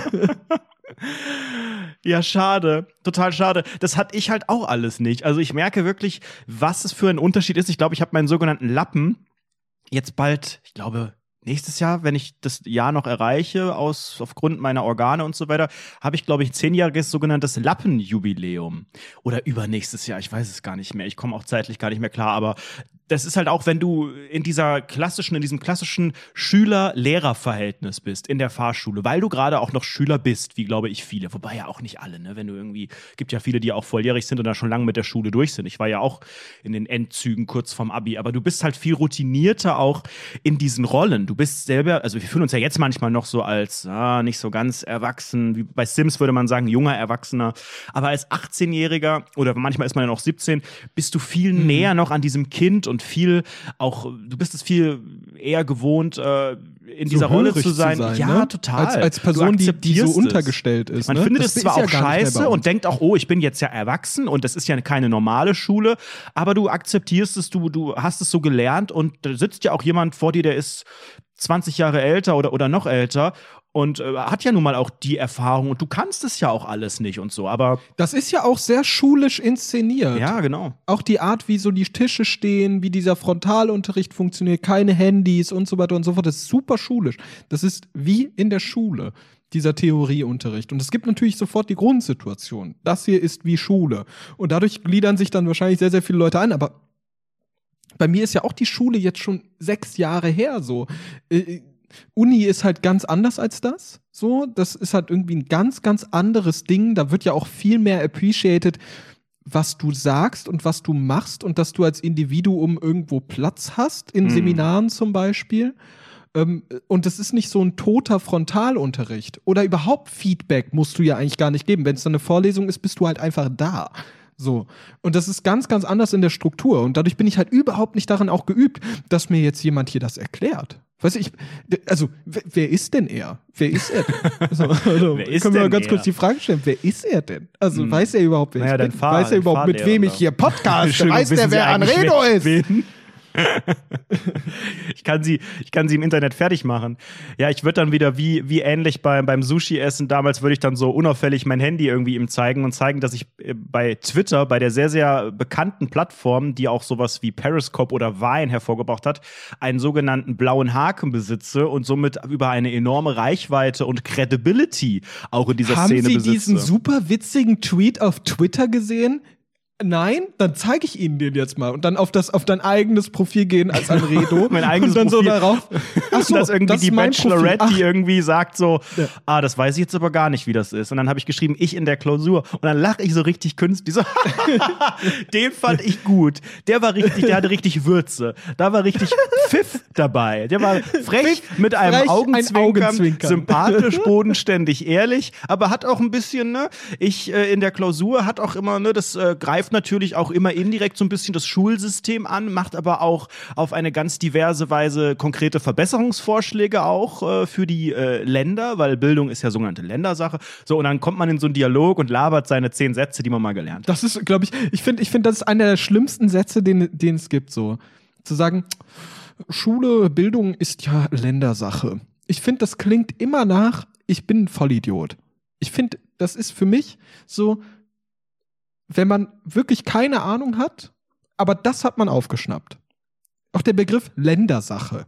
Ja, schade. Total schade. Das hatte ich halt auch alles nicht. Also ich merke wirklich, was es für ein Unterschied ist. Ich glaube, ich habe meinen sogenannten Lappen jetzt bald, ich glaube, nächstes Jahr, wenn ich das Jahr noch erreiche, aus, aufgrund meiner Organe und so weiter, habe ich, glaube ich, ein zehnjähriges sogenanntes Lappenjubiläum. Oder übernächstes Jahr, ich weiß es gar nicht mehr. Ich komme auch zeitlich gar nicht mehr klar, aber das ist halt auch, wenn du in dieser klassischen, in diesem klassischen Schüler-Lehrer-Verhältnis bist in der Fahrschule, weil du gerade auch noch Schüler bist, wie glaube ich viele, wobei ja auch nicht alle, ne? Wenn du irgendwie, gibt ja viele, die auch volljährig sind und da schon lange mit der Schule durch sind. Ich war ja auch in den Endzügen kurz vorm Abi, aber du bist halt viel routinierter auch in diesen Rollen. Du bist selber, also wir fühlen uns ja jetzt manchmal noch so als ah, nicht so ganz erwachsen, wie bei Sims würde man sagen, junger Erwachsener, aber als achtzehnjähriger oder manchmal ist man ja noch siebzehn, bist du viel Mhm. näher noch an diesem Kind und viel auch, du bist es viel eher gewohnt, äh, in dieser So Rolle hörig zu sein. Ja, ne? total. Als, als Du Person, die, die so akzeptierst es. untergestellt ist. Man ne? findet Das es zwar ist ja auch gar nicht mehr bei scheiße uns. und denkt auch, oh, ich bin jetzt ja erwachsen und das ist ja keine normale Schule, aber du akzeptierst es, du, du hast es so gelernt und da sitzt ja auch jemand vor dir, der ist zwanzig Jahre älter oder, oder noch älter und äh, hat ja nun mal auch die Erfahrung und du kannst es ja auch alles nicht und so, aber Das ist ja auch sehr schulisch inszeniert. ja, genau. Auch die Art, wie so die Tische stehen, wie dieser Frontalunterricht funktioniert, keine Handys und so weiter und so fort, das ist super schulisch. Das ist wie in der Schule. dieser Theorieunterricht. Und es gibt natürlich sofort die Grundsituation. Das hier ist wie Schule. Und dadurch gliedern sich dann wahrscheinlich sehr, sehr viele Leute ein. Aber bei mir ist ja auch die Schule jetzt schon sechs Jahre her so. Äh, Uni ist halt ganz anders als das. So, das ist halt irgendwie ein ganz, ganz anderes Ding. Da wird ja auch viel mehr appreciated, was du sagst und was du machst und dass du als Individuum irgendwo Platz hast, in mhm. Seminaren zum Beispiel. Ähm, und das ist nicht so ein toter Frontalunterricht. Oder überhaupt Feedback musst du ja eigentlich gar nicht geben. Wenn es dann eine Vorlesung ist, bist du halt einfach da. So. Und das ist ganz, ganz anders in der Struktur. Und dadurch bin ich halt überhaupt nicht daran auch geübt, dass mir jetzt jemand hier das erklärt. Weißt du, ich, also, wer, wer ist denn er? Wer ist er denn? Also, also wer ist können wir denn mal ganz er? kurz die Frage stellen, wer ist er denn? Also, hm. weiß er überhaupt, wer naja, ich bin? Fahr- weiß er überhaupt, mit wem ich hier podcast? Weiß der, wer Anredo ist? Bin? ich, kann sie, ich kann sie im Internet fertig machen. Ja, ich würde dann wieder wie, wie ähnlich beim, beim Sushi-Essen damals, würde ich dann so unauffällig mein Handy irgendwie ihm zeigen und zeigen, dass ich bei Twitter, bei der sehr, sehr bekannten Plattform, die auch sowas wie Periscope oder Vine hervorgebracht hat, einen sogenannten blauen Haken besitze und somit über eine enorme Reichweite und Credibility auch in dieser Haben Szene Sie besitze. diesen super witzigen Tweet auf Twitter gesehen? Nein, dann zeige ich Ihnen den jetzt mal und dann auf das auf dein eigenes Profil gehen als Anredo mein eigenes und dann Profil. so darauf. Ach so, dass irgendwie das die Bachelorette, die irgendwie sagt so, ja. ah, das weiß ich jetzt aber gar nicht, wie das ist. Und dann habe ich geschrieben, ich in der Klausur. Und dann lache ich so richtig künstlich. So, den fand ich gut. Der war richtig, der hatte richtig Würze. Da war richtig Pfiff dabei. Der war frech mit einem frech, Augenzwinkern, ein Augenzwinkern, sympathisch, bodenständig, ehrlich, aber hat auch ein bisschen, ne, ich äh, in der Klausur hat auch immer, ne, das äh, greift natürlich auch immer indirekt so ein bisschen das Schulsystem an, macht aber auch auf eine ganz diverse Weise konkrete Verbesserungsvorschläge auch äh, für die äh, Länder, weil Bildung ist ja sogenannte Ländersache. So, und dann kommt man in so einen Dialog und labert seine zehn Sätze, die man mal gelernt hat. Das ist, glaube ich, ich finde, ich finde, das ist einer der schlimmsten Sätze, den, den es gibt, so. Zu sagen, Schule, Bildung ist ja Ländersache. Ich finde, das klingt immer nach, ich bin ein Vollidiot. Ich finde, das ist für mich so, wenn man wirklich keine Ahnung hat, aber das hat man aufgeschnappt. Auch der Begriff Ländersache.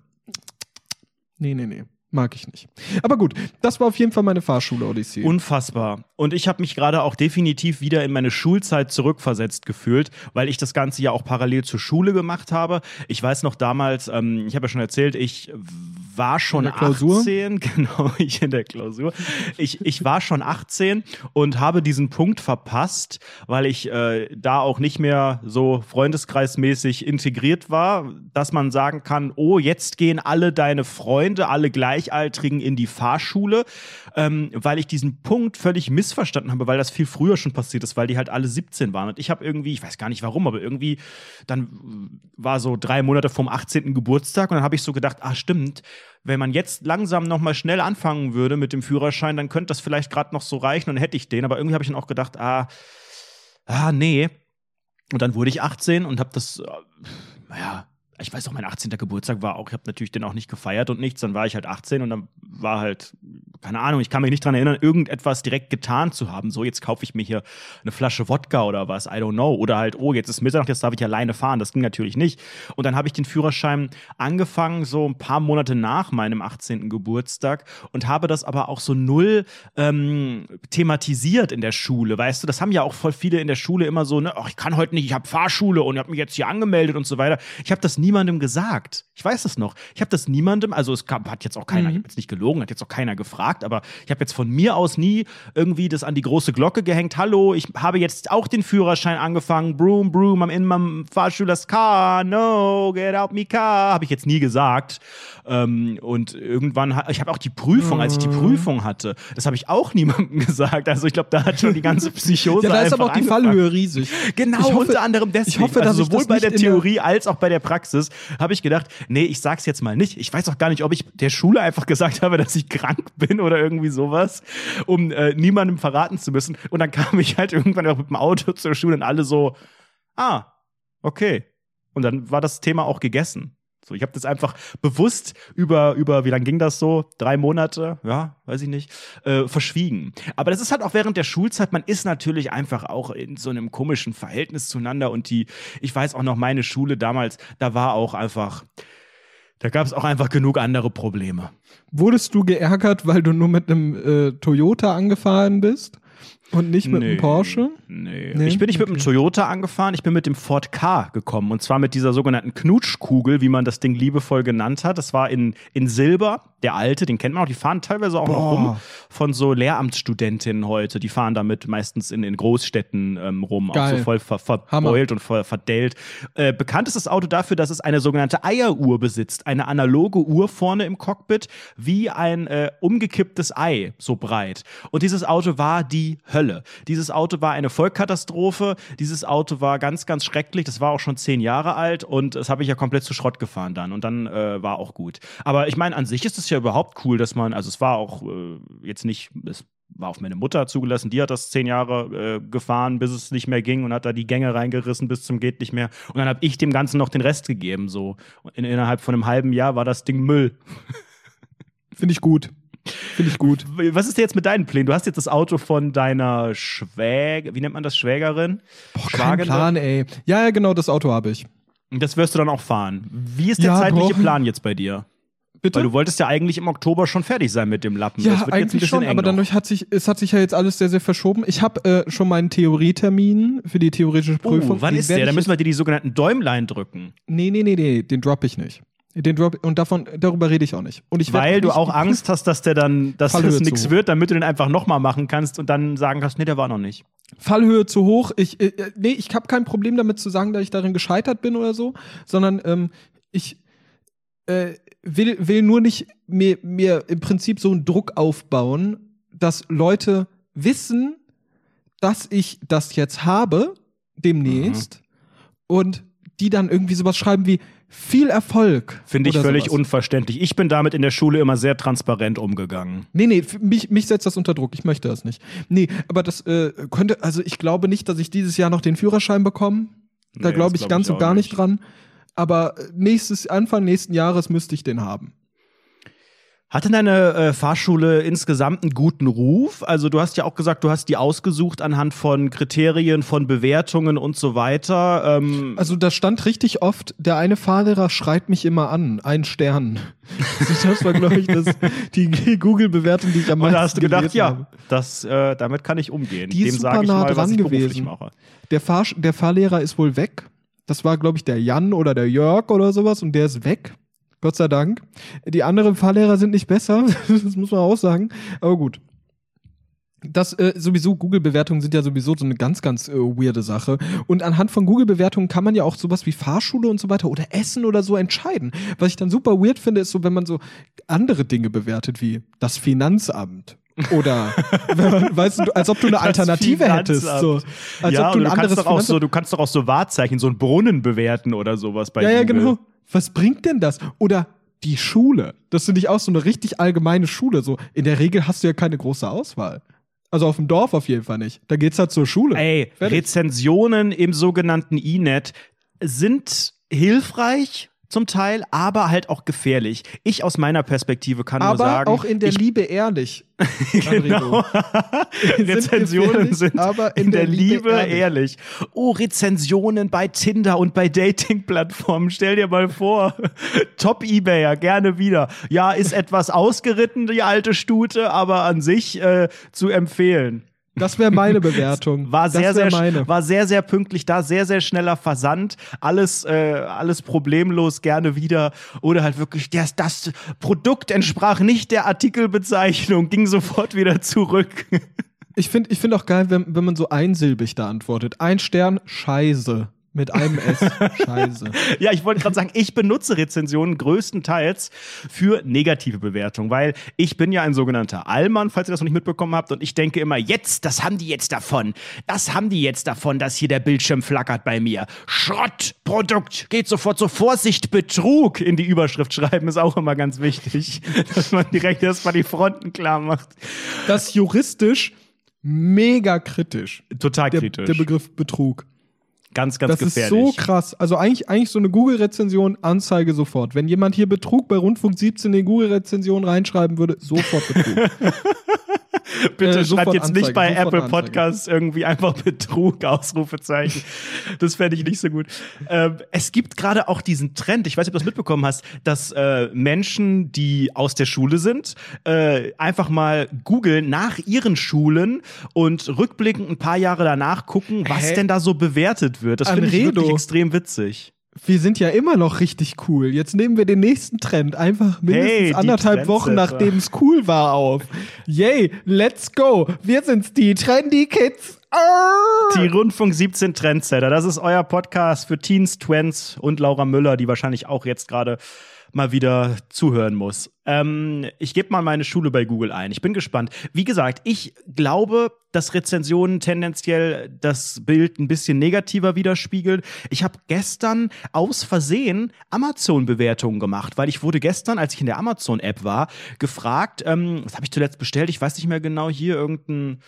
Nee, nee, nee. Mag ich nicht. Aber gut, das war auf jeden Fall meine Fahrschule-Odyssee. Unfassbar. Und ich habe mich gerade auch definitiv wieder in meine Schulzeit zurückversetzt gefühlt, weil ich das Ganze ja auch parallel zur Schule gemacht habe. Ich weiß noch damals, ähm, ich habe ja schon erzählt, ich war schon achtzehn, genau, ich in der Klausur. Ich, ich war schon achtzehn und habe diesen Punkt verpasst, weil ich äh, da auch nicht mehr so freundeskreismäßig integriert war, dass man sagen kann, oh, jetzt gehen alle deine Freunde, alle Gleichaltrigen in die Fahrschule, ähm, weil ich diesen Punkt völlig missverstanden habe, weil das viel früher schon passiert ist, weil die halt alle siebzehn waren. Und ich habe irgendwie, ich weiß gar nicht warum, aber irgendwie, dann war so drei Monate vorm achtzehnten Geburtstag und dann habe ich so gedacht, ah, stimmt, wenn man jetzt langsam noch mal schnell anfangen würde mit dem Führerschein, dann könnte das vielleicht gerade noch so reichen und hätte ich den. Aber irgendwie habe ich dann auch gedacht, ah, ah, nee. Und dann wurde ich achtzehn und habe das, äh, naja, ich weiß auch, mein achtzehnter Geburtstag war auch, ich habe natürlich den auch nicht gefeiert und nichts, dann war ich halt achtzehn und dann war halt, keine Ahnung, ich kann mich nicht dran erinnern, irgendetwas direkt getan zu haben, so jetzt kaufe ich mir hier eine Flasche Wodka oder was, I don't know, oder halt, oh, jetzt ist Mitternacht, jetzt darf ich alleine fahren, das ging natürlich nicht. Und dann habe ich den Führerschein angefangen, so ein paar Monate nach meinem achtzehnten Geburtstag und habe das aber auch so null ähm, thematisiert in der Schule, weißt du, das haben ja auch voll viele in der Schule immer so, ne, ach, ich kann heute nicht, ich habe Fahrschule und ich habe mich jetzt hier angemeldet und so weiter. Ich habe das niemandem gesagt. Ich weiß es noch. Ich habe das niemandem, also es gab, hat jetzt auch keiner, mhm. ich habe jetzt nicht gelogen, hat jetzt auch keiner gefragt, aber ich habe jetzt von mir aus nie irgendwie das an die große Glocke gehängt. Hallo, ich habe jetzt auch den Führerschein angefangen. Broom, broom, I'm in my Fahrschulers car. No, get out me car. Habe ich jetzt nie gesagt. Ähm, und irgendwann, ich habe auch die Prüfung, als ich die Prüfung hatte, das habe ich auch niemandem gesagt. Also ich glaube, da hat schon die ganze Psychose ja, da ist aber auch die angefangen. Fallhöhe riesig. Genau, ich hoffe, unter anderem deswegen. Ich hoffe, dass also ich sowohl das bei nicht der Theorie als auch bei der Praxis habe ich gedacht, nee, ich sag's jetzt mal nicht. Ich weiß auch gar nicht, ob ich der Schule einfach gesagt habe, dass ich krank bin oder irgendwie sowas, um äh, niemandem verraten zu müssen. Und dann kam ich halt irgendwann auch mit dem Auto zur Schule und alle so, ah, okay. Und dann war das Thema auch gegessen. So, ich habe das einfach bewusst über, über wie lange ging das so? Drei Monate? Ja, weiß ich nicht. Äh, verschwiegen. Aber das ist halt auch während der Schulzeit, man ist natürlich einfach auch in so einem komischen Verhältnis zueinander und die, ich weiß auch noch, meine Schule damals, da war auch einfach, Da gab es auch einfach genug andere Probleme. Wurdest du geärgert, weil du nur mit einem äh, Toyota angefahren bist? Und nicht mit nee, einem Porsche? Nee. nee. Ich bin nicht okay. mit einem Toyota angefahren, ich bin mit dem Ford Ka gekommen. Und zwar mit dieser sogenannten Knutschkugel, wie man das Ding liebevoll genannt hat. Das war in, in Silber, der alte, den kennt man auch. Die fahren teilweise auch Boah. noch rum von so Lehramtsstudentinnen heute. Die fahren damit meistens in, in Großstädten ähm, rum. Geil. Auch so voll ver, verbeult und voll verdellt. Äh, bekannt ist das Auto dafür, dass es eine sogenannte Eieruhr besitzt. Eine analoge Uhr vorne im Cockpit, wie ein äh, umgekipptes Ei, so breit. Und dieses Auto war die Hölle. Dieses Auto war eine Vollkatastrophe. Dieses Auto war ganz, ganz schrecklich. Das war auch schon zehn Jahre alt und das habe ich ja komplett zu Schrott gefahren dann. Und dann äh, war auch gut. Aber ich meine, an sich ist es ja überhaupt cool, dass man, also es war auch äh, jetzt nicht, es war auf meine Mutter zugelassen. Die hat das zehn Jahre äh, gefahren, bis es nicht mehr ging und hat da die Gänge reingerissen bis zum geht nicht mehr. Und dann habe ich dem Ganzen noch den Rest gegeben. So. In, innerhalb von einem halben Jahr war das Ding Müll. Finde ich gut. Finde ich gut. Was ist denn jetzt mit deinen Plänen? Du hast jetzt das Auto von deiner Schwägerin, wie nennt man das, Schwägerin? Boah, kein Plan, ey. Ja, ja, genau, das Auto habe ich. Das wirst du dann auch fahren. Wie ist der ja, zeitliche Plan jetzt bei dir? Bitte? Weil du wolltest ja eigentlich im Oktober schon fertig sein mit dem Lappen. Ja, das wird eigentlich jetzt ein schon, aber dadurch hat sich, es hat sich ja jetzt alles sehr, sehr verschoben. Ich habe äh, schon meinen Theorietermin für die theoretische Prüfung. Oh, wann ist der? Da müssen wir dir die sogenannten Däumlein drücken. Nee, nee, nee, nee, den droppe ich nicht. Den Drop, und davon, darüber rede ich auch nicht. Und ich Weil du auch Angst hast, dass der dann, dass das nichts wird, damit du den einfach nochmal machen kannst und dann sagen kannst, nee, der war noch nicht. Fallhöhe zu hoch. Ich, äh, nee, ich habe kein Problem damit zu sagen, dass ich darin gescheitert bin oder so, sondern ähm, ich äh, will, will nur nicht mir, mir im Prinzip so einen Druck aufbauen, dass Leute wissen, dass ich das jetzt habe, demnächst, mhm. und die dann irgendwie sowas schreiben wie viel Erfolg. Finde ich völlig sowas. Unverständlich. Ich bin damit in der Schule immer sehr transparent umgegangen. Nee, nee, mich, mich setzt das unter Druck. Ich möchte das nicht. Nee, aber das äh, könnte, also ich glaube nicht, dass ich dieses Jahr noch den Führerschein bekomme. Da nee, glaube ich glaub ganz ich und gar nicht. nicht dran. Aber nächstes, Anfang nächsten Jahres müsste ich den haben. Hat denn deine äh, Fahrschule insgesamt einen guten Ruf? Also du hast ja auch gesagt, du hast die ausgesucht anhand von Kriterien, von Bewertungen und so weiter. Ähm also da stand richtig oft, der eine Fahrlehrer schreit mich immer an, ein Stern. Das war, glaube ich, das, die Google-Bewertung, die ich am meisten Und da hast du gedacht, habe. ja, das, äh, damit kann ich umgehen. Die ist Dem super sage ich nah mal, dran was ich gewesen. beruflich mache. Der, Fahr der Fahrlehrer ist wohl weg. Das war, glaube ich, der Jan oder der Jörg oder sowas und der ist weg. Gott sei Dank. Die anderen Fahrlehrer sind nicht besser, das muss man auch sagen. Aber gut. Das äh, sowieso, Google-Bewertungen sind ja sowieso so eine ganz, ganz äh, weirde Sache. Und anhand von Google-Bewertungen kann man ja auch sowas wie Fahrschule und so weiter oder Essen oder so entscheiden. Was ich dann super weird finde, ist so, wenn man so andere Dinge bewertet, wie das Finanzamt. Oder, wenn man, weißt du, als ob du eine Alternative hättest. So. Als ja, ob du, ein du, kannst anderes doch auch so, du kannst doch auch so Wahrzeichen, so einen Brunnen bewerten oder sowas bei Ja, Google. ja, genau. Was bringt denn das? Oder die Schule. Das finde ich auch so eine richtig allgemeine Schule. So, in der Regel hast du ja keine große Auswahl. Also auf dem Dorf auf jeden Fall nicht. Da geht's halt zur Schule. Ey, Fertig. Rezensionen im sogenannten E-Net sind hilfreich zum Teil, aber halt auch gefährlich. Ich aus meiner Perspektive kann aber nur sagen. Aber auch in der ich, Liebe ehrlich. Genau. Rezensionen sind aber in, in der, der Liebe, Liebe ehrlich. ehrlich. Oh, Rezensionen bei Tinder und bei Dating-Plattformen. Stell dir mal vor. Top-Ebayer, gerne wieder. Ja, ist etwas ausgeritten, die alte Stute, aber an sich äh, zu empfehlen. Das wäre meine Bewertung. War sehr, sehr, meine. war sehr, sehr pünktlich da, sehr, sehr schneller Versand. Alles, äh, alles problemlos, gerne wieder. Oder halt wirklich, das, das Produkt entsprach nicht der Artikelbezeichnung, ging sofort wieder zurück. Ich finde ich find auch geil, wenn, wenn man so einsilbig da antwortet. Ein Stern, Scheiße. Mit einem S. Scheiße. Ja, ich wollte gerade sagen, ich benutze Rezensionen größtenteils für negative Bewertungen, weil ich bin ja ein sogenannter Allmann, falls ihr das noch nicht mitbekommen habt, und ich denke immer, jetzt, das haben die jetzt davon. Das haben die jetzt davon, dass hier der Bildschirm flackert bei mir. Schrottprodukt, geht sofort so Vorsicht, Betrug in die Überschrift schreiben, ist auch immer ganz wichtig, dass man direkt erstmal die Fronten klar macht. Das ist juristisch mega kritisch. Total der, kritisch. Der Begriff Betrug. Ganz, ganz das gefährlich. Das ist so krass. Also eigentlich, eigentlich so eine Google-Rezension, Anzeige sofort. Wenn jemand hier Betrug bei Rundfunk siebzehn in die Google-Rezension reinschreiben würde, sofort Betrug. Bitte Äh, schreibt sofort jetzt nicht Anzeige, bei sofort Apple Anzeige. Podcasts irgendwie einfach Betrug, Ausrufezeichen. Das fände ich nicht so gut. Ähm, es gibt gerade auch diesen Trend, ich weiß nicht, ob du das mitbekommen hast, dass äh, Menschen, die aus der Schule sind, äh, einfach mal googeln nach ihren Schulen und rückblickend ein paar Jahre danach gucken, was Hä? denn da so bewertet wird. Das finde ich Anredo. wirklich extrem witzig. Wir sind ja immer noch richtig cool. Jetzt nehmen wir den nächsten Trend einfach mindestens Hey, die anderthalb Wochen, Trendsetter. nachdem es cool war, auf. Yay, let's go. Wir sind's, die Trendy Kids. Arr! Die Rundfunk siebzehn Trendsetter, das ist euer Podcast für Teens, Twents und Laura Müller, die wahrscheinlich auch jetzt gerade mal wieder zuhören muss. Ähm, ich gebe mal meine Schule bei Google ein. Ich bin gespannt. Wie gesagt, ich glaube, dass Rezensionen tendenziell das Bild ein bisschen negativer widerspiegeln. Ich habe gestern aus Versehen Amazon-Bewertungen gemacht, weil ich wurde gestern, als ich in der Amazon-App war, gefragt, ähm, was habe ich zuletzt bestellt? Ich weiß nicht mehr genau, hier irgendein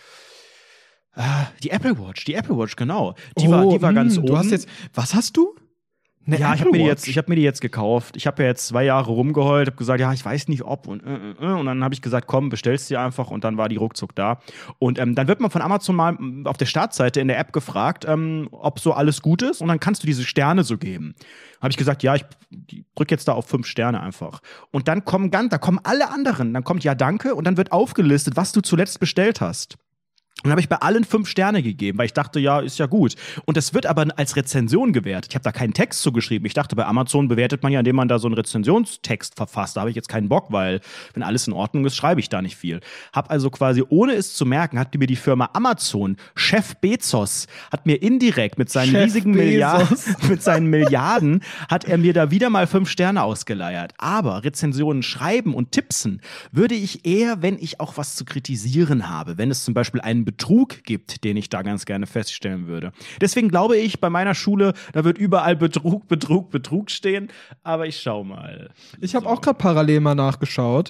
äh, die Apple Watch, die Apple Watch, genau. Die war, die war ganz mh, oben. Du hast jetzt, was hast du? Eine Ja, ich Apple habe mir, die Watch? jetzt- ich hab mir die jetzt gekauft. Ich habe ja jetzt zwei Jahre rumgeheult, habe gesagt, ja, ich weiß nicht ob und äh, äh, äh. und dann habe ich gesagt, komm, bestellst die einfach und dann war die ruckzuck da. Und ähm, dann wird man von Amazon mal mm, auf der Startseite in der App gefragt, ähm, ob so alles gut ist und dann kannst du diese Sterne so geben. Habe ich gesagt, ja, ich drücke jetzt da auf fünf Sterne einfach. Und dann kommen ganz, da kommen alle anderen, dann kommt ja danke und dann wird aufgelistet, was du zuletzt bestellt hast. Und dann habe ich bei allen fünf Sterne gegeben, weil ich dachte, ja, ist ja gut. Und das wird aber als Rezension gewertet. Ich habe da keinen Text zugeschrieben. Ich dachte, bei Amazon bewertet man ja, indem man da so einen Rezensionstext verfasst. Da habe ich jetzt keinen Bock, weil wenn alles in Ordnung ist, schreibe ich da nicht viel. Hab also quasi, ohne es zu merken, hat mir die Firma Amazon, Chef Bezos, hat mir indirekt mit seinen Chef riesigen Bezos. Milliarden, mit seinen Milliarden, hat er mir da wieder mal fünf Sterne ausgeleiert. Aber Rezensionen schreiben und tippsen würde ich eher, wenn ich auch was zu kritisieren habe. Wenn es zum Beispiel einen Betrug gibt, den ich da ganz gerne feststellen würde. Deswegen glaube ich, bei meiner Schule, da wird überall Betrug, Betrug, Betrug stehen. Aber ich schau mal. Ich habe auch gerade parallel mal nachgeschaut.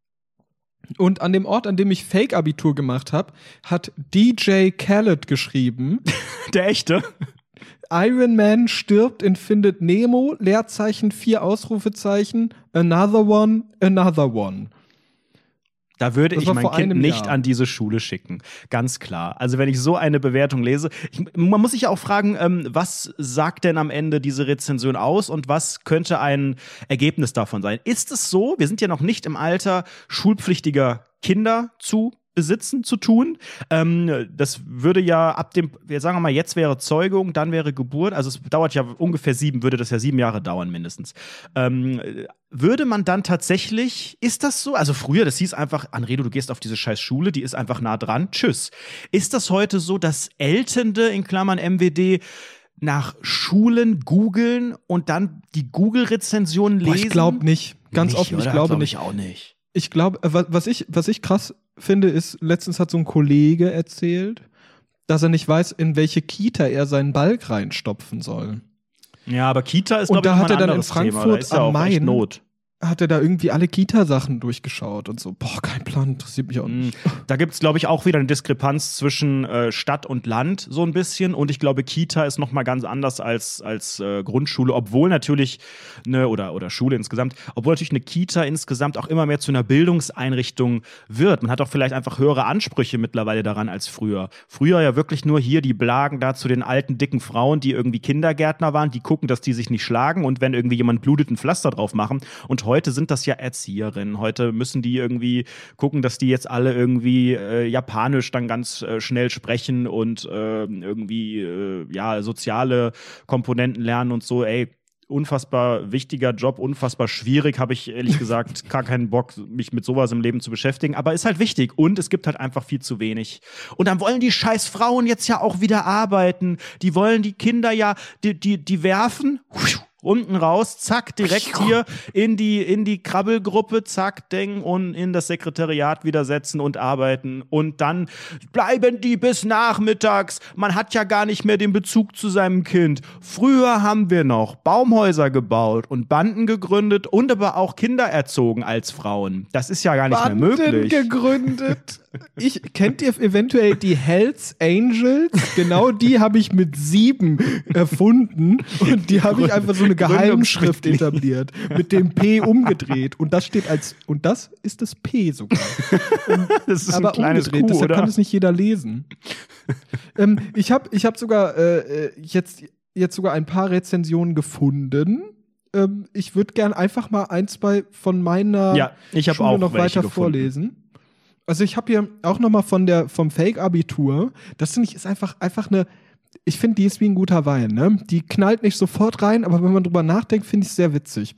Und an dem Ort, an dem ich Fake-Abitur gemacht habe, hat D J Khaled geschrieben: Der echte? Iron Man stirbt in Findet Nemo, Leerzeichen, vier Ausrufezeichen, another one, another one. Da würde Das ich war mein vor Kind einem nicht Jahr. an diese Schule schicken. Ganz klar. Also wenn ich so eine Bewertung lese, ich, man muss sich ja auch fragen, ähm, was sagt denn am Ende diese Rezension aus und was könnte ein Ergebnis davon sein? Ist es so, wir sind ja noch nicht im Alter schulpflichtiger Kinder zu besitzen, zu tun. Ähm, das würde ja ab dem, wir sagen wir mal, jetzt wäre Zeugung, dann wäre Geburt, also es dauert ja ungefähr sieben, würde das ja sieben Jahre dauern mindestens. Ähm, würde man dann tatsächlich, ist das so? Also früher, das hieß einfach, Anredo, du gehst auf diese scheiß Schule, die ist einfach nah dran, tschüss. Ist das heute so, dass Elternde, in Klammern M W D, nach Schulen googeln und dann die Google-Rezensionen lesen? Boah, ich glaube nicht. Ganz Nicht, offen, ich oder? glaube Glaub nicht. ich auch nicht. Ich glaube, äh, was ich, was ich krass finde, ist, letztens hat so ein Kollege erzählt, dass er nicht weiß, in welche Kita er seinen Balk reinstopfen soll. Ja, aber Kita ist, Und glaube ich, da noch hat mal er ein dann in anderes Thema. Da Frankfurt ist ja am auch echt Main Not. Hat er da irgendwie alle Kita-Sachen durchgeschaut und so, boah, kein Plan, interessiert mich auch Mm, nicht. Da gibt es, glaube ich, auch wieder eine Diskrepanz zwischen äh, Stadt und Land so ein bisschen. Und ich glaube, Kita ist noch mal ganz anders als, als äh, Grundschule, obwohl natürlich eine, oder, oder Schule insgesamt, obwohl natürlich eine Kita insgesamt auch immer mehr zu einer Bildungseinrichtung wird. Man hat auch vielleicht einfach höhere Ansprüche mittlerweile daran als früher. Früher ja wirklich nur hier die Blagen da zu den alten, dicken Frauen, die irgendwie Kindergärtner waren, die gucken, dass die sich nicht schlagen und wenn irgendwie jemand blutet, ein Pflaster drauf machen. Und heute sind das ja Erzieherinnen. Heute müssen die irgendwie gucken, dass die jetzt alle irgendwie äh, Japanisch dann ganz äh, schnell sprechen und äh, irgendwie äh, ja soziale Komponenten lernen und so. Ey, unfassbar wichtiger Job, unfassbar schwierig, habe ich ehrlich gesagt gar keinen Bock, mich mit sowas im Leben zu beschäftigen. Aber ist halt wichtig und es gibt halt einfach viel zu wenig. Und dann wollen die scheiß Frauen jetzt ja auch wieder arbeiten. Die wollen die Kinder ja, die, die, die werfen. Unten raus, zack, direkt hier in die, in die Krabbelgruppe, zack, Ding, und in das Sekretariat wieder setzen und arbeiten. Und dann bleiben die bis nachmittags. Man hat ja gar nicht mehr den Bezug zu seinem Kind. Früher haben wir noch Baumhäuser gebaut und Banden gegründet und aber auch Kinder erzogen als Frauen. Das ist ja gar nicht Banden mehr möglich. gegründet. Ich, kennt ihr eventuell die Hells Angels? Genau die habe ich mit sieben erfunden. Und die habe ich einfach so eine Geheimschrift etabliert, mit dem P umgedreht. Und das steht als, und das ist das P sogar. Und, das ist aber ein kleines umgedreht, Q, deshalb oder? kann es nicht jeder lesen. ähm, ich habe ich hab sogar äh, jetzt, jetzt sogar ein paar Rezensionen gefunden. Ähm, ich würde gern einfach mal ein, zwei von meiner ja, ich hab Schule auch noch welche weiter gefunden. vorlesen. Also ich habe hier auch noch mal von der vom Fake-Abitur. Das finde ich ist einfach einfach eine. Ich finde, die ist wie ein guter Wein. Ne? Die knallt nicht sofort rein, aber wenn man drüber nachdenkt, finde ich es sehr witzig.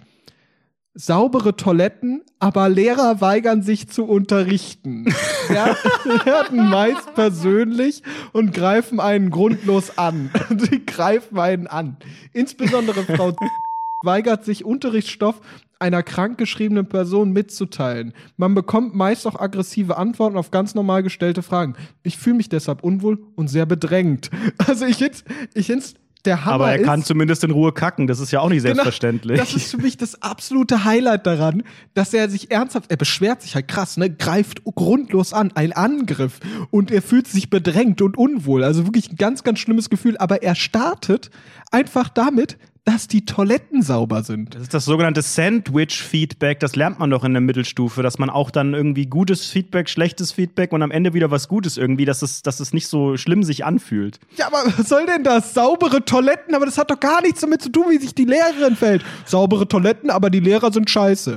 Saubere Toiletten, aber Lehrer weigern sich zu unterrichten. Ja, werden meist persönlich und greifen einen grundlos an. Sie greifen einen an. Insbesondere Frau weigert sich, Unterrichtsstoff einer krankgeschriebenen Person mitzuteilen. Man bekommt meist auch aggressive Antworten auf ganz normal gestellte Fragen. Ich fühle mich deshalb unwohl und sehr bedrängt. Also ich jetzt, ich jetzt, der Hammer Aber er ist, kann zumindest in Ruhe kacken, das ist ja auch nicht selbstverständlich. Genau, das ist für mich das absolute Highlight daran, dass er sich ernsthaft, er beschwert sich halt krass, ne, greift grundlos an, ein Angriff und er fühlt sich bedrängt und unwohl. Also wirklich ein ganz, ganz schlimmes Gefühl. Aber er startet einfach damit, dass die Toiletten sauber sind. Das ist das sogenannte Sandwich-Feedback, das lernt man doch in der Mittelstufe, dass man auch dann irgendwie gutes Feedback, schlechtes Feedback und am Ende wieder was Gutes irgendwie, dass es, dass es nicht so schlimm sich anfühlt. Ja, aber was soll denn das? Saubere Toiletten, aber das hat doch gar nichts damit zu tun, wie sich die Lehrerin fällt. Saubere Toiletten, aber die Lehrer sind scheiße.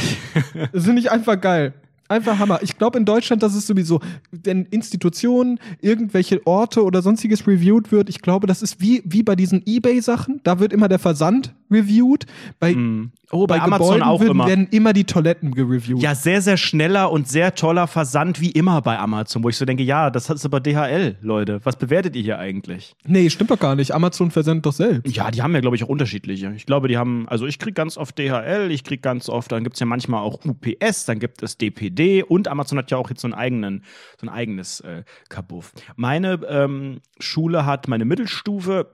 Das finde ich einfach geil. Einfach Hammer. Ich glaube in Deutschland, dass es sowieso, wenn Institutionen, irgendwelche Orte oder sonstiges reviewed wird, ich glaube, das ist wie, wie bei diesen eBay-Sachen. Da wird immer der Versand reviewed. Bei, mm. oh, bei, bei Amazon Gebäuden auch wird, immer. werden immer die Toiletten gereviewt. Ja, sehr, sehr schneller und sehr toller Versand wie immer bei Amazon, wo ich so denke, ja, das ist aber D H L, Leute. Was bewertet ihr hier eigentlich? Nee, stimmt doch gar nicht. Amazon versendet doch selbst. Ja, die haben ja, glaube ich, auch unterschiedliche. Ich glaube, die haben, also ich krieg ganz oft D H L, ich krieg ganz oft, dann gibt es ja manchmal auch U P S, dann gibt es D P D und Amazon hat ja auch jetzt so, einen eigenen, so ein eigenes äh, Kabuff. Meine ähm, Schule hat, meine Mittelstufe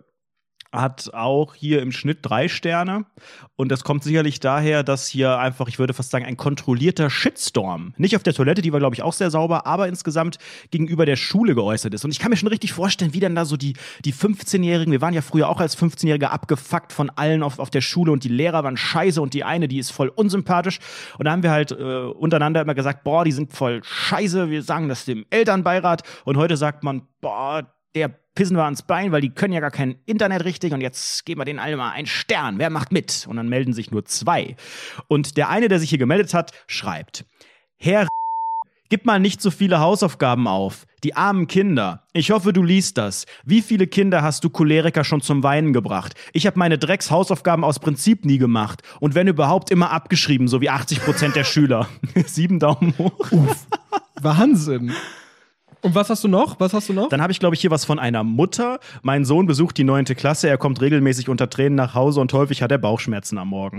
hat auch hier im Schnitt drei Sterne. Und das kommt sicherlich daher, dass hier einfach, ich würde fast sagen, ein kontrollierter Shitstorm, nicht auf der Toilette, die war, glaube ich, auch sehr sauber, aber insgesamt gegenüber der Schule geäußert ist. Und ich kann mir schon richtig vorstellen, wie dann da so die, die fünfzehnjährigen, wir waren ja früher auch als fünfzehnjährige abgefuckt von allen auf, auf der Schule und die Lehrer waren scheiße und die eine, die ist voll unsympathisch. Und da haben wir halt äh, untereinander immer gesagt, boah, die sind voll scheiße, wir sagen das dem Elternbeirat. Und heute sagt man, boah, der pissen wir ans Bein, weil die können ja gar kein Internet richtig und jetzt geben wir denen alle mal einen Stern. Wer macht mit? Und dann melden sich nur zwei. Und der eine, der sich hier gemeldet hat, schreibt: Herr, gib mal nicht so viele Hausaufgaben auf. Die armen Kinder. Ich hoffe, du liest das. Wie viele Kinder hast du Choleriker schon zum Weinen gebracht? Ich habe meine Drecks-Hausaufgaben aus Prinzip nie gemacht. Und wenn überhaupt immer abgeschrieben, so wie achtzig Prozent der Schüler. Sieben Daumen hoch. Uff. Wahnsinn. Und was hast du noch? Was hast du noch? Dann habe ich, glaube ich, hier was von einer Mutter. Mein Sohn besucht die neunte Klasse. Er kommt regelmäßig unter Tränen nach Hause und häufig hat er Bauchschmerzen am Morgen.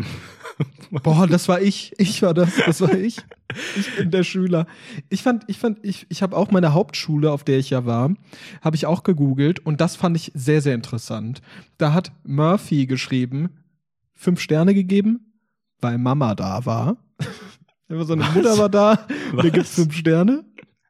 Boah, das war ich. Ich war das. Das war ich. Ich bin der Schüler. Ich fand, ich fand, ich, ich habe auch meine Hauptschule, auf der ich ja war, habe ich auch gegoogelt und das fand ich sehr, sehr interessant. Da hat Murphy geschrieben, fünf Sterne gegeben, weil Mama da war. So eine Mutter war da, da gibt's fünf Sterne.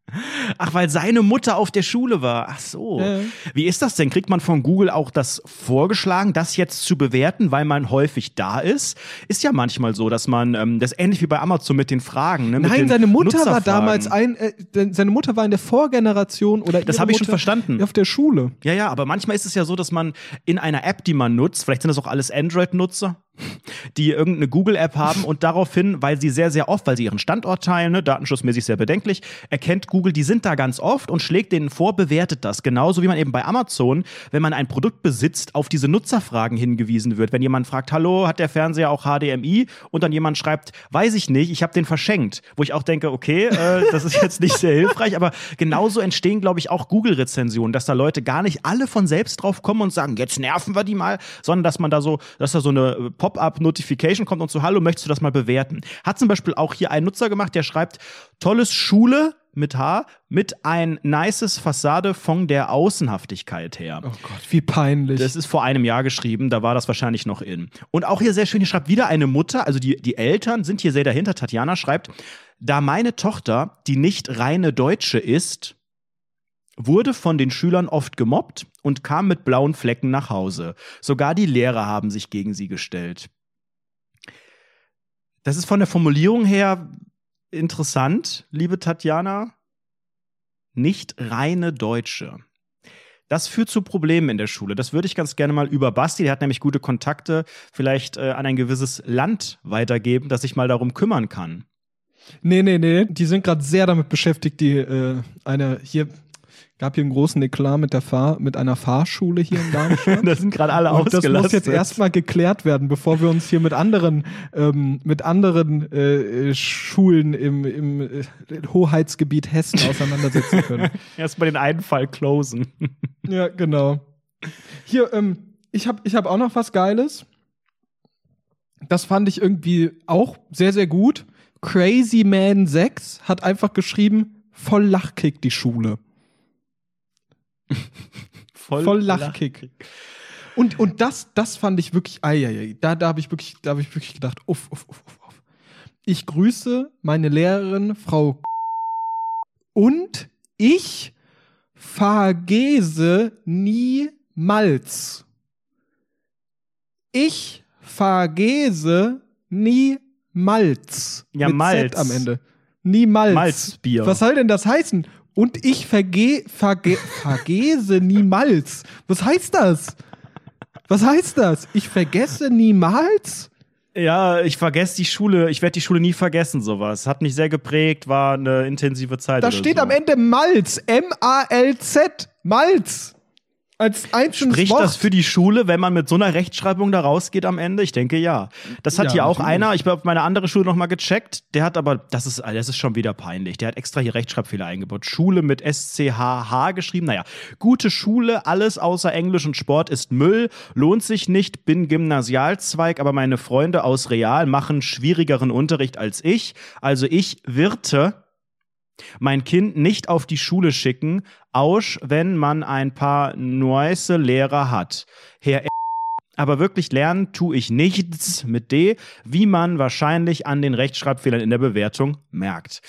Ach, weil seine Mutter auf der Schule war. Ach so. Ja. Wie ist das denn? Kriegt man von Google auch das vorgeschlagen, das jetzt zu bewerten, weil man häufig da ist? Ist ja manchmal so, dass man, ähm, das ist ähnlich wie bei Amazon mit den Fragen. Ne? Mit Nein, den seine Mutter war Nutzerfragen. damals ein, äh, seine Mutter war in der Vorgeneration oder Das ihre habe ich schon Mutter verstanden. auf der Schule. Ja, ja, aber manchmal ist es ja so, dass man in einer App, die man nutzt, vielleicht sind das auch alles Android-Nutzer, die irgendeine Google-App haben und daraufhin, weil sie sehr, sehr oft, weil sie ihren Standort teilen, ne, datenschutzmäßig sehr bedenklich, erkennt Google, die sind da ganz oft und schlägt denen vor, bewertet das. Genauso wie man eben bei Amazon, wenn man ein Produkt besitzt, auf diese Nutzerfragen hingewiesen wird. Wenn jemand fragt, hallo, hat der Fernseher auch H D M I? Und dann jemand schreibt, weiß ich nicht, ich habe den verschenkt. Wo ich auch denke, okay, äh, das ist jetzt nicht sehr hilfreich, aber genauso entstehen, glaube ich, auch Google-Rezensionen, dass da Leute gar nicht alle von selbst drauf kommen und sagen, jetzt nerven wir die mal, sondern dass man da so, dass da so eine Pop-up-Notification kommt und so, hallo, möchtest du das mal bewerten? Hat zum Beispiel auch hier ein Nutzer gemacht, der schreibt, tolles Schule mit H, mit ein nices Fassade von der Außenhaftigkeit her. Oh Gott, wie peinlich. Das ist vor einem Jahr geschrieben, da war das wahrscheinlich noch in. Und auch hier sehr schön, hier schreibt wieder eine Mutter, also die, die Eltern sind hier sehr dahinter. Tatjana schreibt, da meine Tochter, die nicht reine Deutsche ist, wurde von den Schülern oft gemobbt und kam mit blauen Flecken nach Hause. Sogar die Lehrer haben sich gegen sie gestellt. Das ist von der Formulierung her interessant, liebe Tatjana. Nicht reine Deutsche. Das führt zu Problemen in der Schule. Das würde ich ganz gerne mal über Basti, der hat nämlich gute Kontakte, vielleicht äh, an ein gewisses Land weitergeben, das sich mal darum kümmern kann. Nee, nee, nee. Die sind gerade sehr damit beschäftigt, die äh, eine hier gab hier einen großen Eklat mit der Fahr mit einer Fahrschule hier in Darmstadt. Da sind gerade alle ausgelastet. Das muss jetzt ausgelastet. erstmal geklärt werden, bevor wir uns hier mit anderen ähm, mit anderen äh, Schulen im, im äh, Hoheitsgebiet Hessen auseinandersetzen können. Erstmal den einen Fall closen. Ja, genau. Hier, ähm, ich habe ich hab auch noch was Geiles. Das fand ich irgendwie auch sehr, sehr gut. Crazy Man sechs hat einfach geschrieben, voll Lachkick die Schule. Voll, voll Lachkick. Lachkick. Und, und das, das fand ich wirklich, ai, ai, ai. Da, da habe ich wirklich, da habe ich wirklich gedacht, uff, uff, uff, uff. Ich grüße meine Lehrerin, Frau und ich vergese niemals. Ich vergese niemals. Ja, mit Malz. Z am Ende. Niemals. Malzbier. Was soll denn das heißen? Und ich verge verge vergese niemals. Was heißt das? Was heißt das? Ich vergesse niemals? Ja, ich vergesse die Schule, ich werde die Schule nie vergessen, sowas. Hat mich sehr geprägt, war eine intensive Zeit. Da oder steht so. am Ende Malz. M A L Z. Malz. Als einzelnes Spricht Wort. das für die Schule, wenn man mit so einer Rechtschreibung da rausgeht am Ende? Ich denke, ja. Das hat Ja, hier auch natürlich. einer, ich habe meine andere Schule noch mal gecheckt, der hat aber, das ist, das ist schon wieder peinlich, der hat extra hier Rechtschreibfehler eingebaut. Schule mit S C H H geschrieben, naja. Gute Schule, alles außer Englisch und Sport ist Müll, lohnt sich nicht, bin Gymnasialzweig, aber meine Freunde aus Real machen schwierigeren Unterricht als ich. Also ich wirte mein Kind nicht auf die Schule schicken, ausch, wenn man ein paar nice Lehrer hat. Herr E- aber wirklich lernen tue ich nichts mit D, wie man wahrscheinlich an den Rechtschreibfehlern in der Bewertung merkt.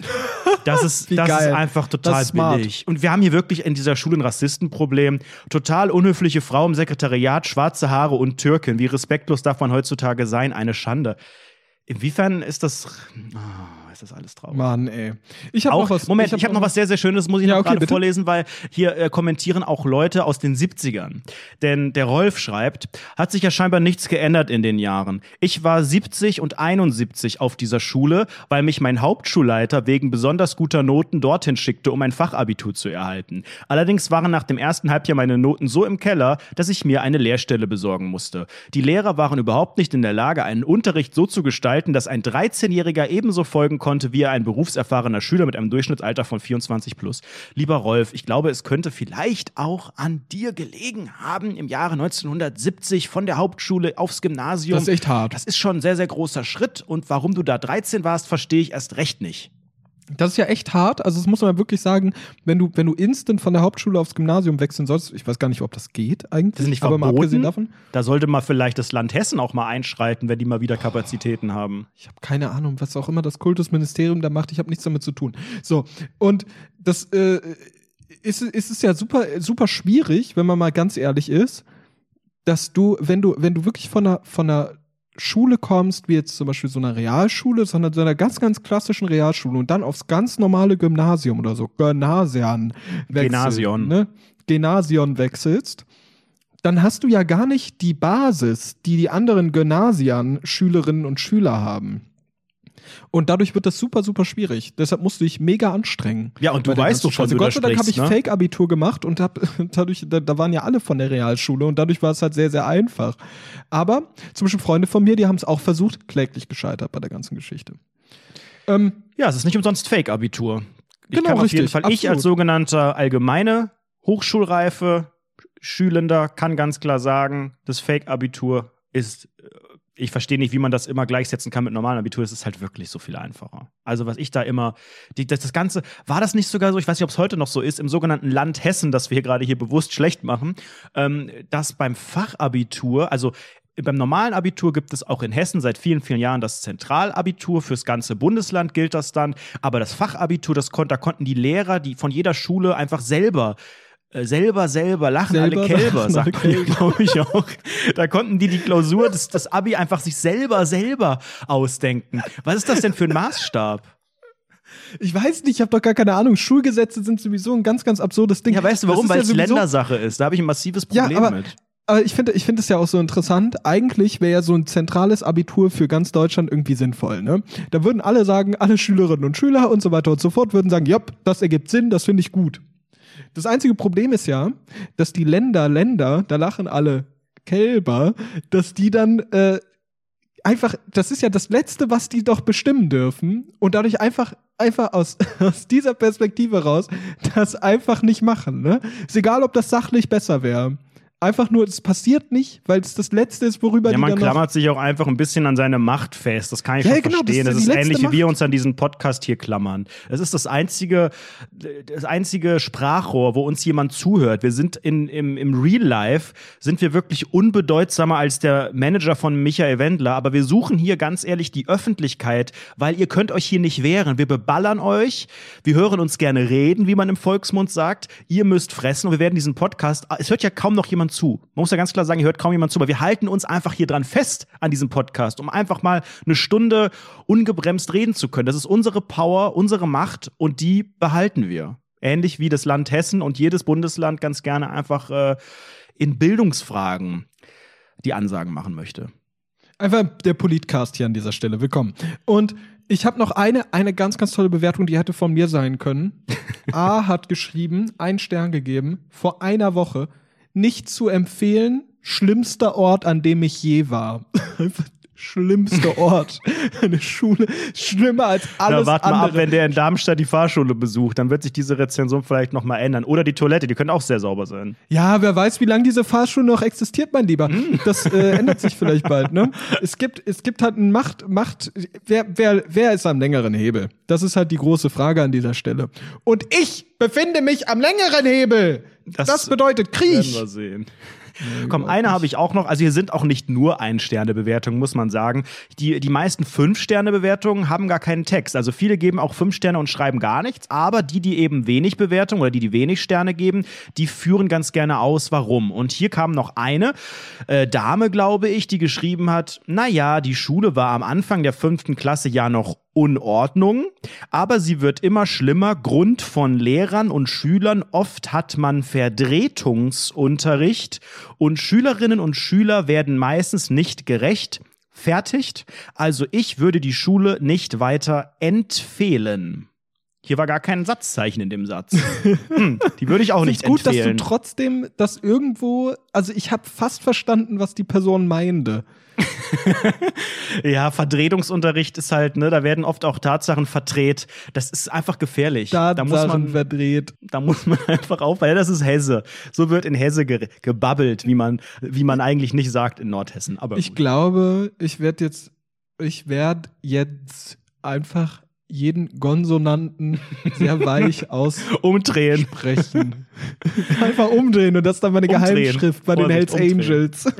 Das ist, Wie das ist geil. einfach total Das ist smart. billig. Und wir haben hier wirklich in dieser Schule ein Rassistenproblem. Total unhöfliche Frau im Sekretariat, schwarze Haare und Türkin. Wie respektlos darf man heutzutage sein? Eine Schande. Inwiefern ist das... Oh, ist das alles traurig. Mann, ey. Ich habe Auch, noch was. Moment, ich habe noch was sehr, sehr Schönes, muss ich Ja, noch okay, gerade bitte. vorlesen, weil hier äh, kommentieren auch Leute aus den siebzigern. Denn der Rolf schreibt, hat sich ja scheinbar nichts geändert in den Jahren. Ich war siebzig und einundsiebzig auf dieser Schule, weil mich mein Hauptschulleiter wegen besonders guter Noten dorthin schickte, um ein Fachabitur zu erhalten. Allerdings waren nach dem ersten Halbjahr meine Noten so im Keller, dass ich mir eine Lehrstelle besorgen musste. Die Lehrer waren überhaupt nicht in der Lage, einen Unterricht so zu gestalten, dass ein dreizehnjähriger ebenso folgen konnte wie ein berufserfahrener Schüler mit einem Durchschnittsalter von vierundzwanzig plus. Lieber Rolf, ich glaube, es könnte vielleicht auch an dir gelegen haben, im Jahre neunzehnhundertsiebzig von der Hauptschule aufs Gymnasium. Das ist echt hart. Das ist schon ein sehr, sehr großer Schritt. Und warum du da dreizehn warst, verstehe ich erst recht nicht. Das ist ja echt hart. Also, das muss man wirklich sagen, wenn du, wenn du instant von der Hauptschule aufs Gymnasium wechseln sollst, ich weiß gar nicht, ob das geht eigentlich. Das ist nicht aber mal abgesehen verboten. davon. Da sollte mal vielleicht das Land Hessen auch mal einschreiten, wenn die mal wieder Kapazitäten haben. Ich habe keine Ahnung, was auch immer das Kultusministerium da macht. Ich habe nichts damit zu tun. So, und das äh, ist, ist es ja super, super schwierig, wenn man mal ganz ehrlich ist, dass du, wenn du, wenn du wirklich von einer, von einer Schule kommst, wie jetzt zum Beispiel so einer Realschule, sondern so einer ganz, ganz klassischen Realschule und dann aufs ganz normale Gymnasium oder so, Gymnasian wechselst, Gymnasion. ne? Gymnasion wechselst, dann hast du ja gar nicht die Basis, die die anderen Gymnasian Schülerinnen und Schüler haben. Und dadurch wird das super, super schwierig. Deshalb musst du dich mega anstrengen. Ja, und du bei der weißt, ganzen wovon Scheiße. du da Gott sei Dank habe ich sprichst, ne? Fake-Abitur gemacht und hab, dadurch, da, da waren ja alle von der Realschule und dadurch war es halt sehr, sehr einfach. Aber zum Beispiel Freunde von mir, die haben es auch versucht, kläglich gescheitert bei der ganzen Geschichte. Ähm, Ja, es ist nicht umsonst Fake-Abitur. Ich Genau, kann auf richtig, jeden Fall, ich absolut. als sogenannter allgemeine Hochschulreife Schülender kann ganz klar sagen, das Fake-Abitur ist, äh, ich verstehe nicht, wie man das immer gleichsetzen kann mit normalem Abitur, es ist halt wirklich so viel einfacher. Also was ich da immer, die, das, das Ganze, war das nicht sogar so, ich weiß nicht, ob es heute noch so ist, im sogenannten Land Hessen, das wir hier gerade hier bewusst schlecht machen, ähm, dass beim Fachabitur, also beim normalen Abitur gibt es auch in Hessen seit vielen, vielen Jahren das Zentralabitur. Fürs ganze Bundesland gilt das dann. Aber das Fachabitur, das kon- da konnten die Lehrer, die von jeder Schule einfach selber Äh, selber, selber, lachen Selber alle Kälber, lachen sagt alle man, glaube ich auch. Da konnten die die Klausur, das, das Abi einfach sich selber, selber ausdenken. Was ist das denn für ein Maßstab? Ich weiß nicht, ich habe doch gar keine Ahnung. Schulgesetze sind sowieso ein ganz, ganz absurdes Ding. Ja, weißt du warum? Das Weil ist es ja sowieso- Ländersache ist. Da habe ich ein massives Problem Ja, aber, mit. aber ich finde ich finde es ja auch so interessant. Eigentlich wäre ja so ein zentrales Abitur für ganz Deutschland irgendwie sinnvoll. Ne? Da würden alle sagen, alle Schülerinnen und Schüler und so weiter und so fort würden sagen, ja, das ergibt Sinn, das finde ich gut. Das einzige Problem ist ja, dass die Länder, Länder, da lachen alle Kälber, dass die dann äh, einfach, das ist ja das Letzte, was die doch bestimmen dürfen und dadurch einfach, einfach aus, aus dieser Perspektive raus das einfach nicht machen. Ne? Ist egal, ob das sachlich besser wäre. Einfach nur, es passiert nicht, weil es das Letzte ist, worüber Ja, die man dann noch klammert sich auch einfach ein bisschen an seine Macht fest. Das kann ich Ja, schon genau, das verstehen. ist Das die ist letzte ähnlich, wie wir Macht. uns an diesen Podcast hier klammern. Es ist das einzige, das einzige Sprachrohr, wo uns jemand zuhört. Wir sind in, im, im Real Life, sind wir wirklich unbedeutsamer als der Manager von Michael Wendler. Aber wir suchen hier ganz ehrlich die Öffentlichkeit, weil ihr könnt euch hier nicht wehren. Wir beballern euch, wir hören uns gerne reden, wie man im Volksmund sagt. Ihr müsst fressen und wir werden diesen Podcast, es hört ja kaum noch jemand zu. Man muss ja ganz klar sagen, hier hört kaum jemand zu, aber wir halten uns einfach hier dran fest an diesem Podcast, um einfach mal eine Stunde ungebremst reden zu können. Das ist unsere Power, unsere Macht und die behalten wir. Ähnlich wie das Land Hessen und jedes Bundesland ganz gerne einfach äh, in Bildungsfragen die Ansagen machen möchte. Einfach der Politcast hier an dieser Stelle. Willkommen. Und ich habe noch eine, eine ganz, ganz tolle Bewertung, die hätte von mir sein können. A hat geschrieben, einen Stern gegeben, vor einer Woche. Nicht zu empfehlen, schlimmster Ort, an dem ich je war. Schlimmster Ort. Eine Schule, schlimmer als alles Na, warte mal andere. ab, wenn der in Darmstadt die Fahrschule besucht, dann wird sich diese Rezension vielleicht noch mal ändern. Oder die Toilette, die können auch sehr sauber sein. Ja, wer weiß, wie lange diese Fahrschule noch existiert, mein Lieber. Das äh, ändert sich vielleicht bald, ne? Es gibt, es gibt halt ein Macht, Macht, wer, wer, wer ist am längeren Hebel? Das ist halt die große Frage an dieser Stelle. Und ich befinde mich am längeren Hebel. Das, das bedeutet Krieg. Werden wir sehen. Nee, Komm, eine habe ich auch noch. Also hier sind auch nicht nur Ein-Sterne-Bewertungen, muss man sagen. Die, die meisten Fünf-Sterne-Bewertungen haben gar keinen Text. Also viele geben auch fünf Sterne und schreiben gar nichts. Aber die, die eben wenig Bewertung oder die, die wenig Sterne geben, die führen ganz gerne aus, warum. Und hier kam noch eine äh, Dame, glaube ich, die geschrieben hat, naja, die Schule war am Anfang der fünften Klasse ja noch Unordnung, aber sie wird immer schlimmer. Grund von Lehrern und Schülern. Oft hat man Verdrähtungsunterricht und Schülerinnen und Schüler werden meistens nicht gerechtfertigt. Also ich würde die Schule nicht weiter empfehlen. Hier war gar kein Satzzeichen in dem Satz. hm, die würde ich auch nicht gut, empfehlen. Dass du trotzdem das irgendwo, also ich habe fast verstanden, was die Person meinte. Ja, Verdrehtungsunterricht ist halt, ne, da werden oft auch Tatsachen verdreht. Das ist einfach gefährlich. Da, da muss man verdreht. Da muss man einfach aufpassen. Ja, das ist Hesse. So wird in Hesse ge gebabbelt, wie man, wie man eigentlich nicht sagt in Nordhessen. Aber ich gut. glaube, ich werde jetzt, ich werde jetzt einfach jeden Konsonanten sehr weich umdrehen. aussprechen. Einfach umdrehen und das ist dann meine Umdrehen. Geheimschrift bei Vorsicht, den Hells umdrehen. Angels.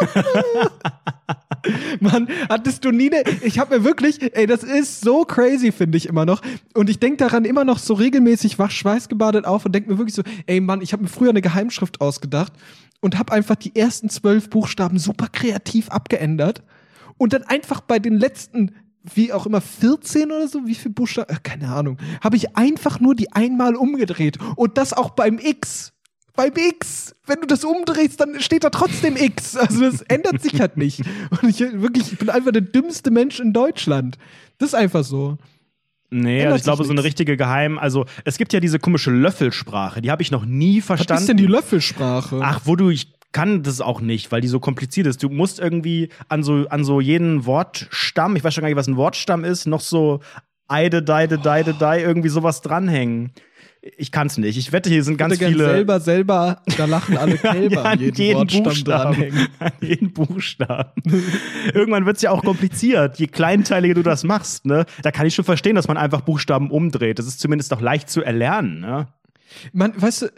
Mann, hattest du nie ne, ich habe mir wirklich, ey, das ist so crazy, finde ich immer noch. Und ich denke daran immer noch so regelmäßig wach, schweißgebadet auf und denke mir wirklich so, ey Mann, ich habe mir früher eine Geheimschrift ausgedacht und habe einfach die ersten zwölf Buchstaben super kreativ abgeändert und dann einfach bei den letzten, wie auch immer, vierzehn oder so, wie viele Buchstaben, äh, keine Ahnung, habe ich einfach nur die einmal umgedreht und das auch beim X. Beim X, wenn du das umdrehst, dann steht da trotzdem X. Also das ändert sich halt nicht. Und ich wirklich, ich bin einfach der dümmste Mensch in Deutschland. Das ist einfach so. Nee, also ich glaube, so eine richtige Geheim, also es gibt ja diese komische Löffelsprache, die habe ich noch nie verstanden. Was ist denn die Löffelsprache? Ach, wo du, ich kann das auch nicht, weil die so kompliziert ist. Du musst irgendwie an so, an so jeden Wortstamm, ich weiß schon gar nicht, was ein Wortstamm ist, noch so Eide, Deide, Deide, Dei, irgendwie sowas dranhängen. Ich kann's nicht. Ich wette, hier sind ganz viele. Selber, selber, da lachen alle Kälber ja, an jeden, jeden Wortstamm Buchstaben. dranhängen. An jeden Buchstaben. Irgendwann wird's ja auch kompliziert. Je kleinteiliger du das machst, ne? Da kann ich schon verstehen, dass man einfach Buchstaben umdreht. Das ist zumindest auch leicht zu erlernen, ne? Man, weißt du,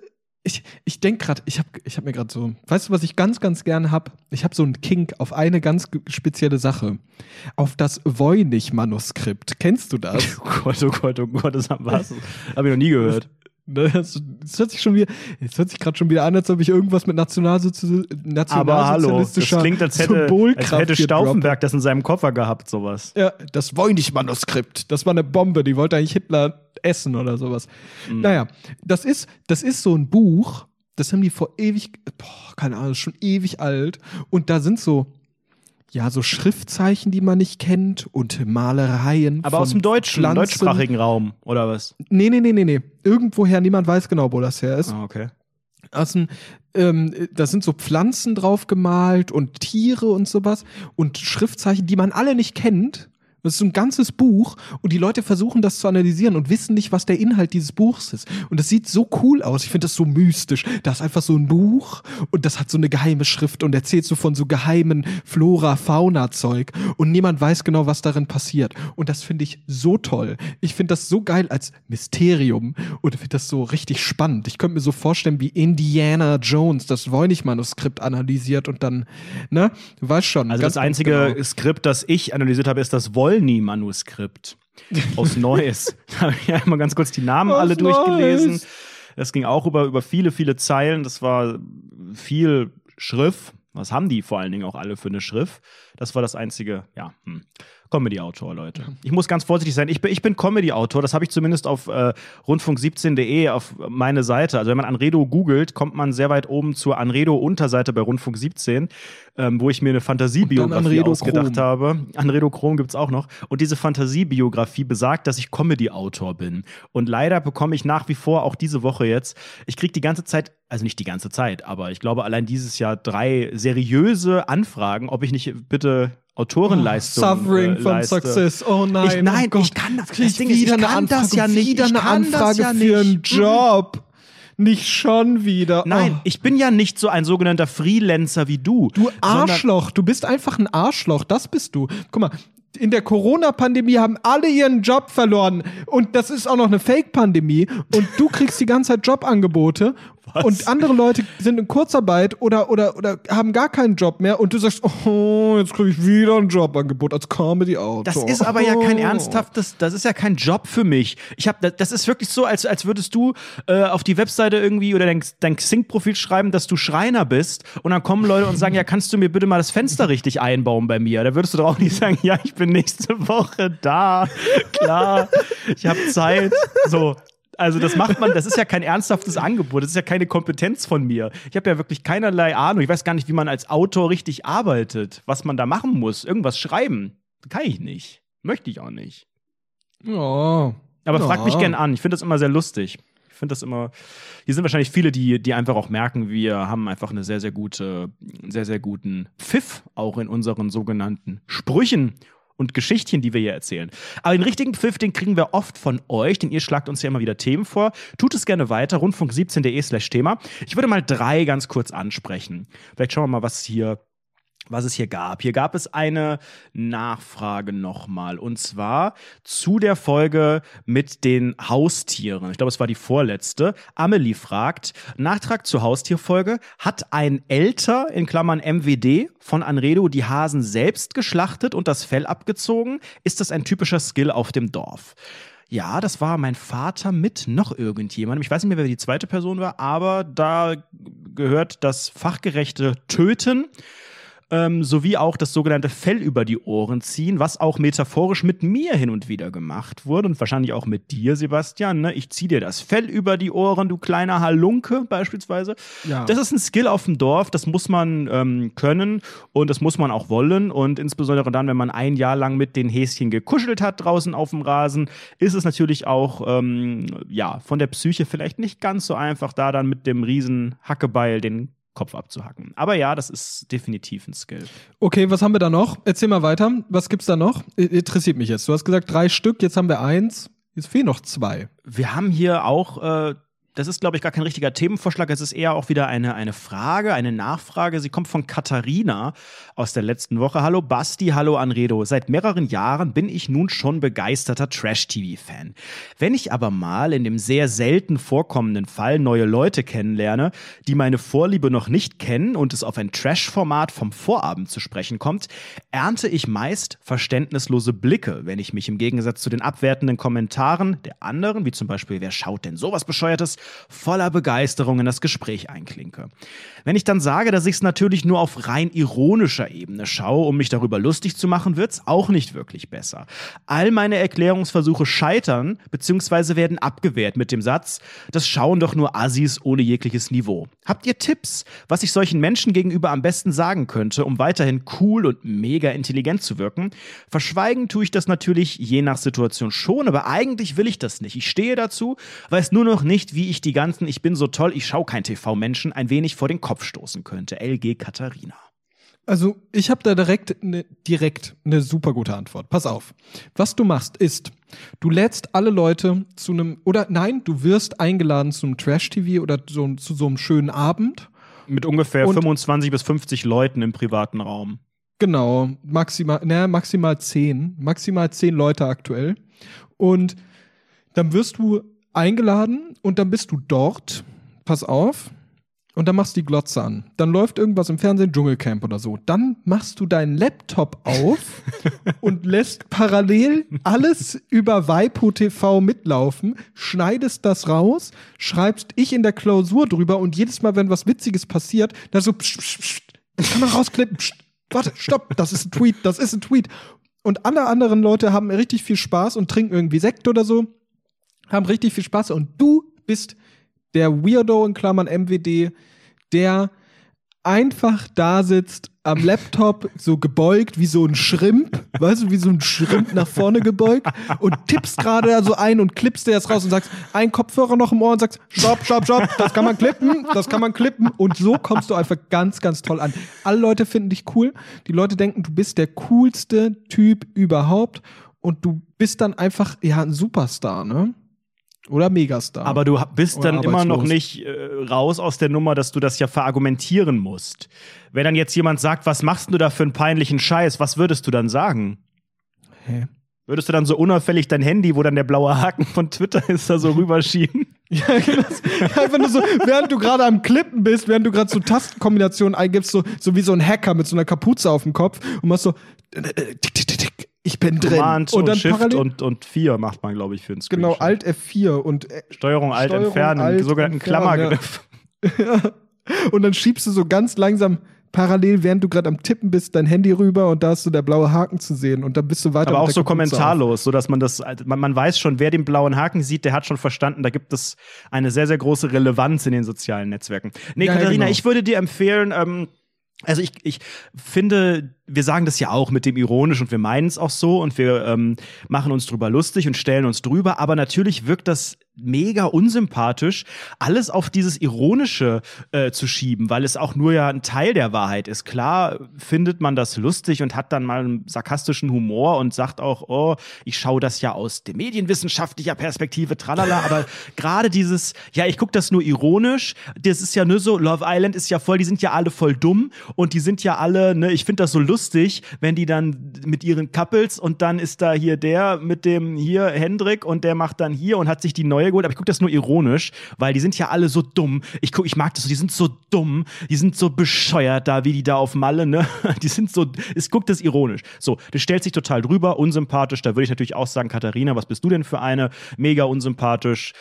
Ich, ich denke gerade, ich habe ich hab mir gerade so, weißt du, was ich ganz, ganz gerne habe? Ich habe so einen Kink auf eine ganz g- spezielle Sache. Auf das Voynich-Manuskript. Kennst du das? Oh Gott, oh Gott, oh Gott, das hab, was? Hab ich noch nie gehört. Das, das hört sich schon wieder, jetzt hört sich gerade schon wieder an, als ob ich irgendwas mit Nationalsozi- Aber hallo, das nationalsozialistischer klingt, als hätte, als Symbolkraft hätte hier Stauffenberg das in seinem Koffer gehabt, sowas. Ja, das Voynich-Manuskript. Das war eine Bombe, die wollte eigentlich Hitler essen oder sowas. Mhm. Naja, das ist, das ist so ein Buch, das haben die vor ewig, boah, keine Ahnung, schon ewig alt. Und da sind so, ja, so Schriftzeichen, die man nicht kennt und Malereien. Aber von aus dem deutschen, Pflanzen. deutschsprachigen Raum, oder was? Nee, nee, nee, nee, nee. Irgendwoher, niemand weiß genau, wo das her ist. Ah, okay. Aus dem, ähm, da sind so Pflanzen drauf gemalt und Tiere und sowas und Schriftzeichen, die man alle nicht kennt. Das ist so ein ganzes Buch und die Leute versuchen das zu analysieren und wissen nicht, was der Inhalt dieses Buchs ist. Und das sieht so cool aus. Ich finde das so mystisch. Da ist einfach so ein Buch und das hat so eine geheime Schrift und erzählt so von so geheimen Flora-Fauna-Zeug und niemand weiß genau, was darin passiert. Und das finde ich so toll. Ich finde das so geil als Mysterium und finde das so richtig spannend. Ich könnte mir so vorstellen, wie Indiana Jones das Voynich-Manuskript analysiert und dann, ne, du weißt schon. Also ganz, das einzige ganz genau. Skript, das ich analysiert habe, ist das Wollny-Manuskript aus Neuss. Da habe ich einmal ganz kurz die Namen Aus alle durchgelesen. Neuss. Das ging auch über, über viele, viele Zeilen. Das war viel Schrift. Was haben die vor allen Dingen auch alle für eine Schrift? Das war das einzige, ja, hm. Comedy-Autor, Leute. Ich muss ganz vorsichtig sein. Ich bin, ich bin Comedy-Autor. Das habe ich zumindest auf äh, rundfunk siebzehn punkt de auf meine Seite. Also wenn man Anredo googelt, kommt man sehr weit oben zur Anredo-Unterseite bei Rundfunk siebzehn, ähm, wo ich mir eine Fantasiebiografie Anredo ausgedacht Chrom. habe. Anredo Chrom gibt's auch noch. Und diese Fantasiebiografie besagt, dass ich Comedy-Autor bin. Und leider bekomme ich nach wie vor, auch diese Woche jetzt, ich kriege die ganze Zeit, also nicht die ganze Zeit, aber ich glaube allein dieses Jahr drei seriöse Anfragen, ob ich nicht bitte Autorenleistung Oh, Suffering äh, from leiste. success. Oh nein. Ich, nein, oh Gott. ich kann das, Krieg das Ding ist, ich eine kann Anfrage, das ja nicht. Wieder Ich eine kann das Anfrage ja für einen nicht. Job. Nicht schon wieder. Nein, Oh. ich bin ja nicht so ein sogenannter Freelancer wie du. Du Arschloch, du bist einfach ein Arschloch, das bist du. Guck mal, in der Corona-Pandemie haben alle ihren Job verloren und das ist auch noch eine Fake-Pandemie und du kriegst die ganze Zeit Jobangebote. Was? Und andere Leute sind in Kurzarbeit oder, oder, oder haben gar keinen Job mehr und du sagst, oh, jetzt kriege ich wieder ein Jobangebot als Comedy-Autor. Das ist aber ja kein Oh. ernsthaftes, das ist ja kein Job für mich. Ich hab, das- das ist wirklich so, als, als würdest du äh, auf die Webseite irgendwie oder dein, dein Xing-Profil schreiben, dass du Schreiner bist und dann kommen Leute und sagen, ja, kannst du mir bitte mal das Fenster richtig einbauen bei mir? Da würdest du doch auch nicht sagen, ja, ich bin nächste Woche da. Klar, ich habe Zeit. So. Also das macht man, das ist ja kein ernsthaftes Angebot, das ist ja keine Kompetenz von mir. Ich habe ja wirklich keinerlei Ahnung. Ich weiß gar nicht, wie man als Autor richtig arbeitet, was man da machen muss. Irgendwas schreiben, kann ich nicht. Möchte ich auch nicht. Ja. Aber ja. frag mich gern an, ich finde das immer sehr lustig. Ich finde das immer, hier sind wahrscheinlich viele, die, die einfach auch merken, wir haben einfach eine sehr, sehr gute, sehr, sehr guten Pfiff auch in unseren sogenannten Sprüchen und Geschichtchen, die wir hier erzählen. Aber den richtigen Pfiff, den kriegen wir oft von euch, denn ihr schlagt uns ja immer wieder Themen vor. Tut es gerne weiter, rundfunk siebzehn punkt de slash Thema. Ich würde mal drei ganz kurz ansprechen. Vielleicht schauen wir mal, was hier was es hier gab. Hier gab es eine Nachfrage nochmal und zwar zu der Folge mit den Haustieren. Ich glaube, es war die vorletzte. Amelie fragt, Nachtrag zur Haustierfolge, hat ein Älter, in Klammern M W D, von Anredo die Hasen selbst geschlachtet und das Fell abgezogen? Ist das ein typischer Skill auf dem Dorf? Ja, das war mein Vater mit noch irgendjemandem. Ich weiß nicht mehr, wer die zweite Person war, aber da gehört das fachgerechte Töten Ähm, sowie auch das sogenannte Fell über die Ohren ziehen, was auch metaphorisch mit mir hin und wieder gemacht wurde und wahrscheinlich auch mit dir, Sebastian. Ne? Ich zieh dir das Fell über die Ohren, du kleiner Halunke beispielsweise. Ja. Das ist ein Skill auf dem Dorf, das muss man ähm, können und das muss man auch wollen und insbesondere dann, wenn man ein Jahr lang mit den Häschen gekuschelt hat draußen auf dem Rasen, ist es natürlich auch ähm, ja, von der Psyche vielleicht nicht ganz so einfach, da dann mit dem riesen Hackebeil den Kopf abzuhacken. Aber ja, das ist definitiv ein Skill. Okay, was haben wir da noch? Erzähl mal weiter. Was gibt's da noch? Interessiert mich jetzt. Du hast gesagt drei Stück, jetzt haben wir eins. Jetzt fehlen noch zwei. Wir haben hier auch äh, das ist, glaube ich, gar kein richtiger Themenvorschlag. Es ist eher auch wieder eine, eine Frage, eine Nachfrage. Sie kommt von Katharina aus der letzten Woche. Hallo Basti, hallo Anredo. Seit mehreren Jahren bin ich nun schon begeisterter Trash-T V-Fan. Wenn ich aber mal in dem sehr selten vorkommenden Fall neue Leute kennenlerne, die meine Vorliebe noch nicht kennen und es auf ein Trash-Format vom Vorabend zu sprechen kommt, ernte ich meist verständnislose Blicke, wenn ich mich im Gegensatz zu den abwertenden Kommentaren der anderen, wie zum Beispiel, wer schaut denn sowas Bescheuertes, voller Begeisterung in das Gespräch einklinke. Wenn ich dann sage, dass ich es natürlich nur auf rein ironischer Ebene schaue, um mich darüber lustig zu machen, wird es auch nicht wirklich besser. All meine Erklärungsversuche scheitern bzw. werden abgewehrt mit dem Satz, das schauen doch nur Assis ohne jegliches Niveau. Habt ihr Tipps, was ich solchen Menschen gegenüber am besten sagen könnte, um weiterhin cool und mega intelligent zu wirken? Verschweigen tue ich das natürlich je nach Situation schon, aber eigentlich will ich das nicht. Ich stehe dazu, weiß nur noch nicht, wie ich die ganzen Ich bin so toll, ich schau kein T V-Menschen ein wenig vor den Kopf stoßen könnte. L G Katharina. Also, ich habe da direkt eine direkt eine super gute Antwort. Pass auf. Was du machst ist, du lädst alle Leute zu einem, oder nein, du wirst eingeladen zu einem Trash-T V oder so, zu so einem schönen Abend. Mit ungefähr Und fünfundzwanzig bis fünfzig Leuten im privaten Raum. Genau, maximal, naja, maximal zehn. Maximal zehn Leute aktuell. Und dann wirst du eingeladen und dann bist du dort. Pass auf. Und dann machst du die Glotze an. Dann läuft irgendwas im Fernsehen, Dschungelcamp oder so. Dann machst du deinen Laptop auf und lässt parallel alles über Waipu T V mitlaufen, schneidest das raus, schreibst ich in der Klausur drüber und jedes Mal, wenn was Witziges passiert, dann so psch, psch, psch, das kann man rausklippen. Psch, warte, stopp, das ist ein Tweet, das ist ein Tweet. Und alle anderen Leute haben richtig viel Spaß und trinken irgendwie Sekt oder so, haben richtig viel Spaß und du bist der Weirdo in Klammern M W D, der einfach da sitzt am Laptop, so gebeugt wie so ein Schrimp, weißt du, wie so ein Schrimp nach vorne gebeugt und tippst gerade da so ein und klippst dir das raus und sagst, ein Kopfhörer noch im Ohr und sagst, stopp, stopp, stopp, das kann man klippen, das kann man klippen und so kommst du einfach ganz, ganz toll an. Alle Leute finden dich cool, die Leute denken, du bist der coolste Typ überhaupt und du bist dann einfach, ja, ein Superstar, ne? Oder Megastar. Aber du bist Oder dann immer noch arbeitslos. nicht äh, raus aus der Nummer, dass du das ja verargumentieren musst. Wenn dann jetzt jemand sagt, was machst du da für einen peinlichen Scheiß, was würdest du dann sagen? Hä? Würdest du dann so unauffällig dein Handy, wo dann der blaue Haken von Twitter ist, da so rüberschieben? Ja, genau. Einfach nur so, während du gerade am Klippen bist, während du gerade so Tastenkombinationen eingibst, so, so wie so ein Hacker mit so einer Kapuze auf dem Kopf und machst so äh, äh, tick, tick, tick, tick, ich bin drin. Command und und dann Shift parallel, und, und vier macht man, glaube ich, für einen Screenshot. genau, Alt F vier und äh, Steuerung Alt Steuerung, entfernen, Alt sogenannten entfernen, Klammergriff. Ja. Und dann schiebst du so ganz langsam parallel, während du gerade am Tippen bist, dein Handy rüber und da ist so der blaue Haken zu sehen und dann bist du weiter Aber mit auch der so Kapuze kommentarlos, so dass man das, also man, man weiß schon, wer den blauen Haken sieht, der hat schon verstanden, da gibt es eine sehr, sehr große Relevanz in den sozialen Netzwerken. Nee, Ja, ja, Katharina, genau. ich würde dir empfehlen, ähm, also ich, ich finde, wir sagen das ja auch mit dem ironisch und wir meinen es auch so und wir ähm, machen uns drüber lustig und stellen uns drüber, aber natürlich wirkt das mega unsympathisch, alles auf dieses Ironische äh, zu schieben, weil es auch nur ja ein Teil der Wahrheit ist. Klar findet man das lustig und hat dann mal einen sarkastischen Humor und sagt auch, oh, ich schaue das ja aus der medienwissenschaftlicher Perspektive, tralala, aber gerade dieses, ja, ich gucke das nur ironisch, das ist ja nur so, Love Island ist ja voll, die sind ja alle voll dumm und die sind ja alle, ne, ich finde das so lustig, wenn die dann mit ihren Couples und dann ist da hier der mit dem hier Hendrik und der macht dann hier und hat sich die neue geholt, aber ich gucke das nur ironisch, weil die sind ja alle so dumm. Ich guck, ich mag das so, die sind so dumm, die sind so bescheuert da, wie die da auf Malle, ne? Die sind so, ich guck das ironisch. So, das stellt sich total drüber, unsympathisch, da würde ich natürlich auch sagen, Katharina, was bist du denn für eine? Mega unsympathisch,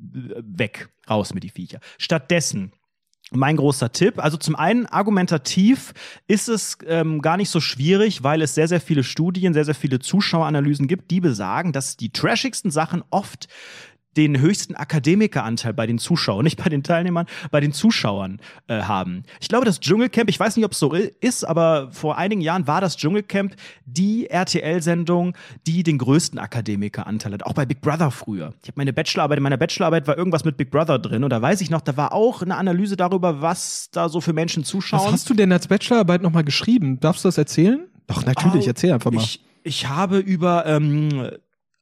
weg, raus mit die Viecher. Stattdessen mein großer Tipp, also zum einen argumentativ ist es ähm, gar nicht so schwierig, weil es sehr, sehr viele Studien, sehr, sehr viele Zuschaueranalysen gibt, die besagen, dass die trashigsten Sachen oft den höchsten Akademikeranteil bei den Zuschauern, nicht bei den Teilnehmern, bei den Zuschauern äh, haben. Ich glaube, das Dschungelcamp, ich weiß nicht, ob es so ist, aber vor einigen Jahren war das Dschungelcamp die R T L-Sendung, die den größten Akademikeranteil hat. Auch bei Big Brother früher. Ich habe meine Bachelorarbeit, in meiner Bachelorarbeit war irgendwas mit Big Brother drin und da weiß ich noch, da war auch eine Analyse darüber, was da so für Menschen zuschauen. Was hast du denn als Bachelorarbeit nochmal geschrieben? Darfst du das erzählen? Doch, natürlich, Oh, erzähl einfach mal. Ich, ich habe über ähm,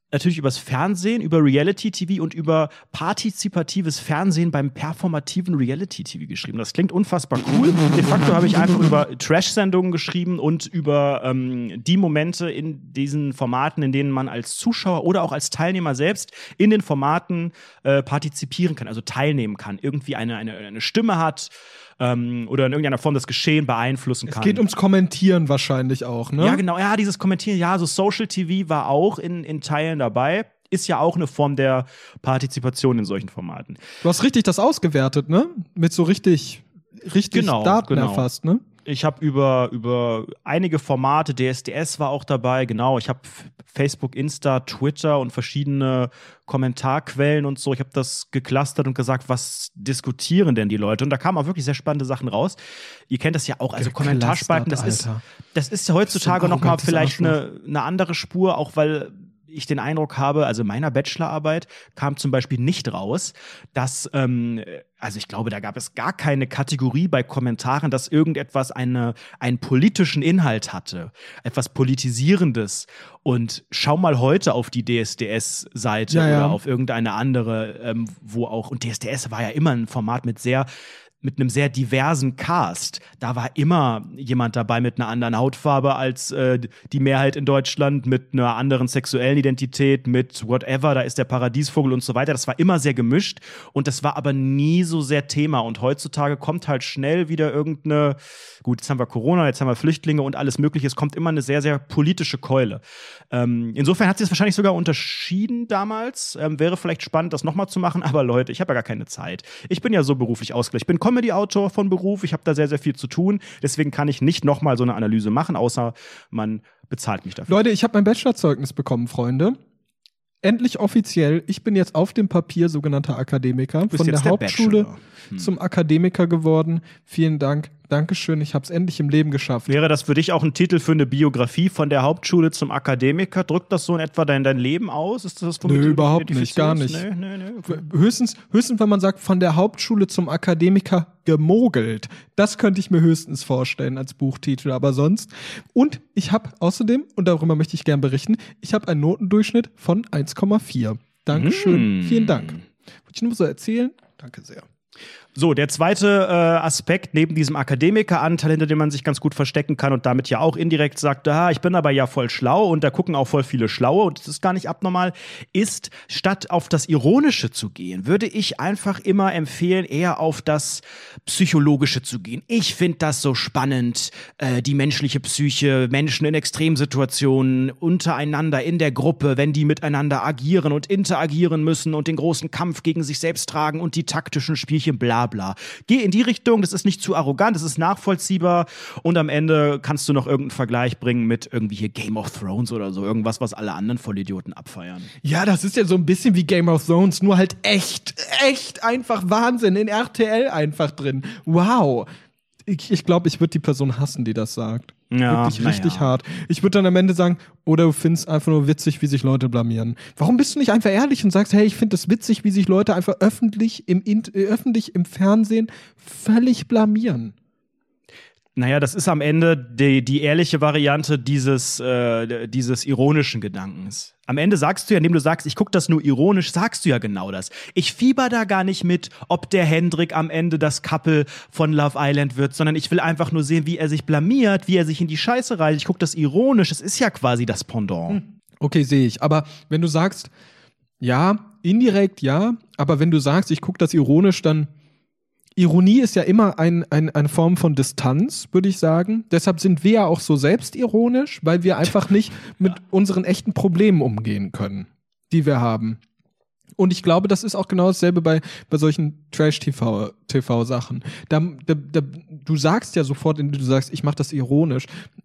natürlich übers Fernsehen, über Reality-T V und über partizipatives Fernsehen beim performativen Reality-T V geschrieben. Das klingt unfassbar cool. De facto habe ich einfach über Trash-Sendungen geschrieben und über ähm, die Momente in diesen Formaten, in denen man als Zuschauer oder auch als Teilnehmer selbst in den Formaten äh, partizipieren kann, also teilnehmen kann, irgendwie eine, eine, eine Stimme hat ähm, oder in irgendeiner Form das Geschehen beeinflussen kann. Es geht ums Kommentieren wahrscheinlich auch, ne? Ja, genau. Ja, dieses Kommentieren, ja, so Social-T V war auch in, in Teilen dabei. Ist ja auch eine Form der Partizipation in solchen Formaten. Du hast richtig das ausgewertet, ne? Mit so richtig, richtig Genau, Daten genau. erfasst, ne? Ich habe über, über einige Formate, D S D S war auch dabei, genau. Ich habe Facebook, Insta, Twitter und verschiedene Kommentarquellen und so. Ich habe das geclustert und gesagt, was diskutieren denn die Leute? Und da kamen auch wirklich sehr spannende Sachen raus. Ihr kennt das ja auch, also Kommentarspalten, das ist, das ist ja heutzutage noch mal vielleicht eine, eine andere Spur, auch weil ich den Eindruck habe, also in meiner Bachelorarbeit kam zum Beispiel nicht raus, dass, ähm, also ich glaube, da gab es gar keine Kategorie bei Kommentaren, dass irgendetwas eine, einen politischen Inhalt hatte, etwas Politisierendes. Und schau mal heute auf die D S D S-Seite ja, ja. oder auf irgendeine andere, ähm, wo auch, und D S D S war ja immer ein Format mit sehr mit einem sehr diversen Cast. Da war immer jemand dabei mit einer anderen Hautfarbe als äh, die Mehrheit in Deutschland, mit einer anderen sexuellen Identität, mit whatever, da ist der Paradiesvogel und so weiter. Das war immer sehr gemischt und das war aber nie so sehr Thema. Und heutzutage kommt halt schnell wieder irgendeine, gut, jetzt haben wir Corona, jetzt haben wir Flüchtlinge und alles Mögliche. Es kommt immer eine sehr, sehr politische Keule. Ähm, insofern hat sie es wahrscheinlich sogar unterschieden damals. Ähm, wäre vielleicht spannend, das nochmal zu machen, aber Leute, ich habe ja gar keine Zeit. Ich bin ja so beruflich ausgeglichen. Ich bin Comedy-Autor von Beruf, ich habe da sehr, sehr viel zu tun. Deswegen kann ich nicht nochmal so eine Analyse machen, außer man bezahlt mich dafür. Leute, ich habe mein Bachelorzeugnis bekommen, Freunde. Endlich offiziell, ich bin jetzt auf dem Papier sogenannter Akademiker. Von der, der Hauptschule hm. zum Akademiker geworden. Vielen Dank. Dankeschön, ich habe es endlich im Leben geschafft. Wäre das für dich auch ein Titel für eine Biografie von der Hauptschule zum Akademiker? Drückt das so in etwa dein, dein Leben aus? Ist das Nö, überhaupt nicht, gar nicht. Nee, nee, nee, okay. höchstens, höchstens, wenn man sagt, von der Hauptschule zum Akademiker gemogelt. Das könnte ich mir höchstens vorstellen als Buchtitel, aber sonst. Und ich habe außerdem, und darüber möchte ich gern berichten, ich habe einen Notendurchschnitt von eins Komma vier. Dankeschön, mm. vielen Dank. Wollte ich nur so erzählen? Danke sehr. So, der zweite äh, Aspekt neben diesem Akademikeranteil, hinter dem man sich ganz gut verstecken kann und damit ja auch indirekt sagt, ah, ich bin aber ja voll schlau und da gucken auch voll viele Schlaue und das ist gar nicht abnormal, ist, statt auf das Ironische zu gehen, würde ich einfach immer empfehlen, eher auf das Psychologische zu gehen. Ich finde das so spannend, äh, die menschliche Psyche, Menschen in Extremsituationen, untereinander, in der Gruppe, wenn die miteinander agieren und interagieren müssen und den großen Kampf gegen sich selbst tragen und die taktischen Spielchen, bla bla. Geh in die Richtung, das ist nicht zu arrogant, das ist nachvollziehbar und am Ende kannst du noch irgendeinen Vergleich bringen mit irgendwie hier Game of Thrones oder so, irgendwas, was alle anderen Vollidioten abfeiern. Ja, das ist ja so ein bisschen wie Game of Thrones, nur halt echt, echt einfach Wahnsinn, in R T L einfach drin. Wow. Ich, ich glaube, ich würde die Person hassen, die das sagt. Ja, wirklich richtig ja. hart. Ich würde dann am Ende sagen, oder du findest einfach nur witzig, wie sich Leute blamieren. Warum bist du nicht einfach ehrlich und sagst, hey, ich finde es witzig, wie sich Leute einfach öffentlich im, äh, öffentlich im Fernsehen völlig blamieren? Naja, das ist am Ende die, die ehrliche Variante dieses, äh, dieses ironischen Gedankens. Am Ende sagst du ja, indem du sagst, ich gucke das nur ironisch, sagst du ja genau das. Ich fieber da gar nicht mit, ob der Hendrik am Ende das Couple von Love Island wird, sondern ich will einfach nur sehen, wie er sich blamiert, wie er sich in die Scheiße reißt. Ich gucke das ironisch, es ist ja quasi das Pendant. Okay, sehe ich. Aber wenn du sagst, ja, indirekt ja, aber wenn du sagst, ich gucke das ironisch, dann Ironie ist ja immer ein, ein, eine Form von Distanz, würde ich sagen. Deshalb sind wir ja auch so selbstironisch, weil wir einfach nicht mit unseren echten Problemen umgehen können, die wir haben. Und ich glaube, das ist auch genau dasselbe bei, bei solchen Trash-T V-Sachen. T V da, da, da, du sagst ja sofort, indem du sagst, ich mache das ironisch.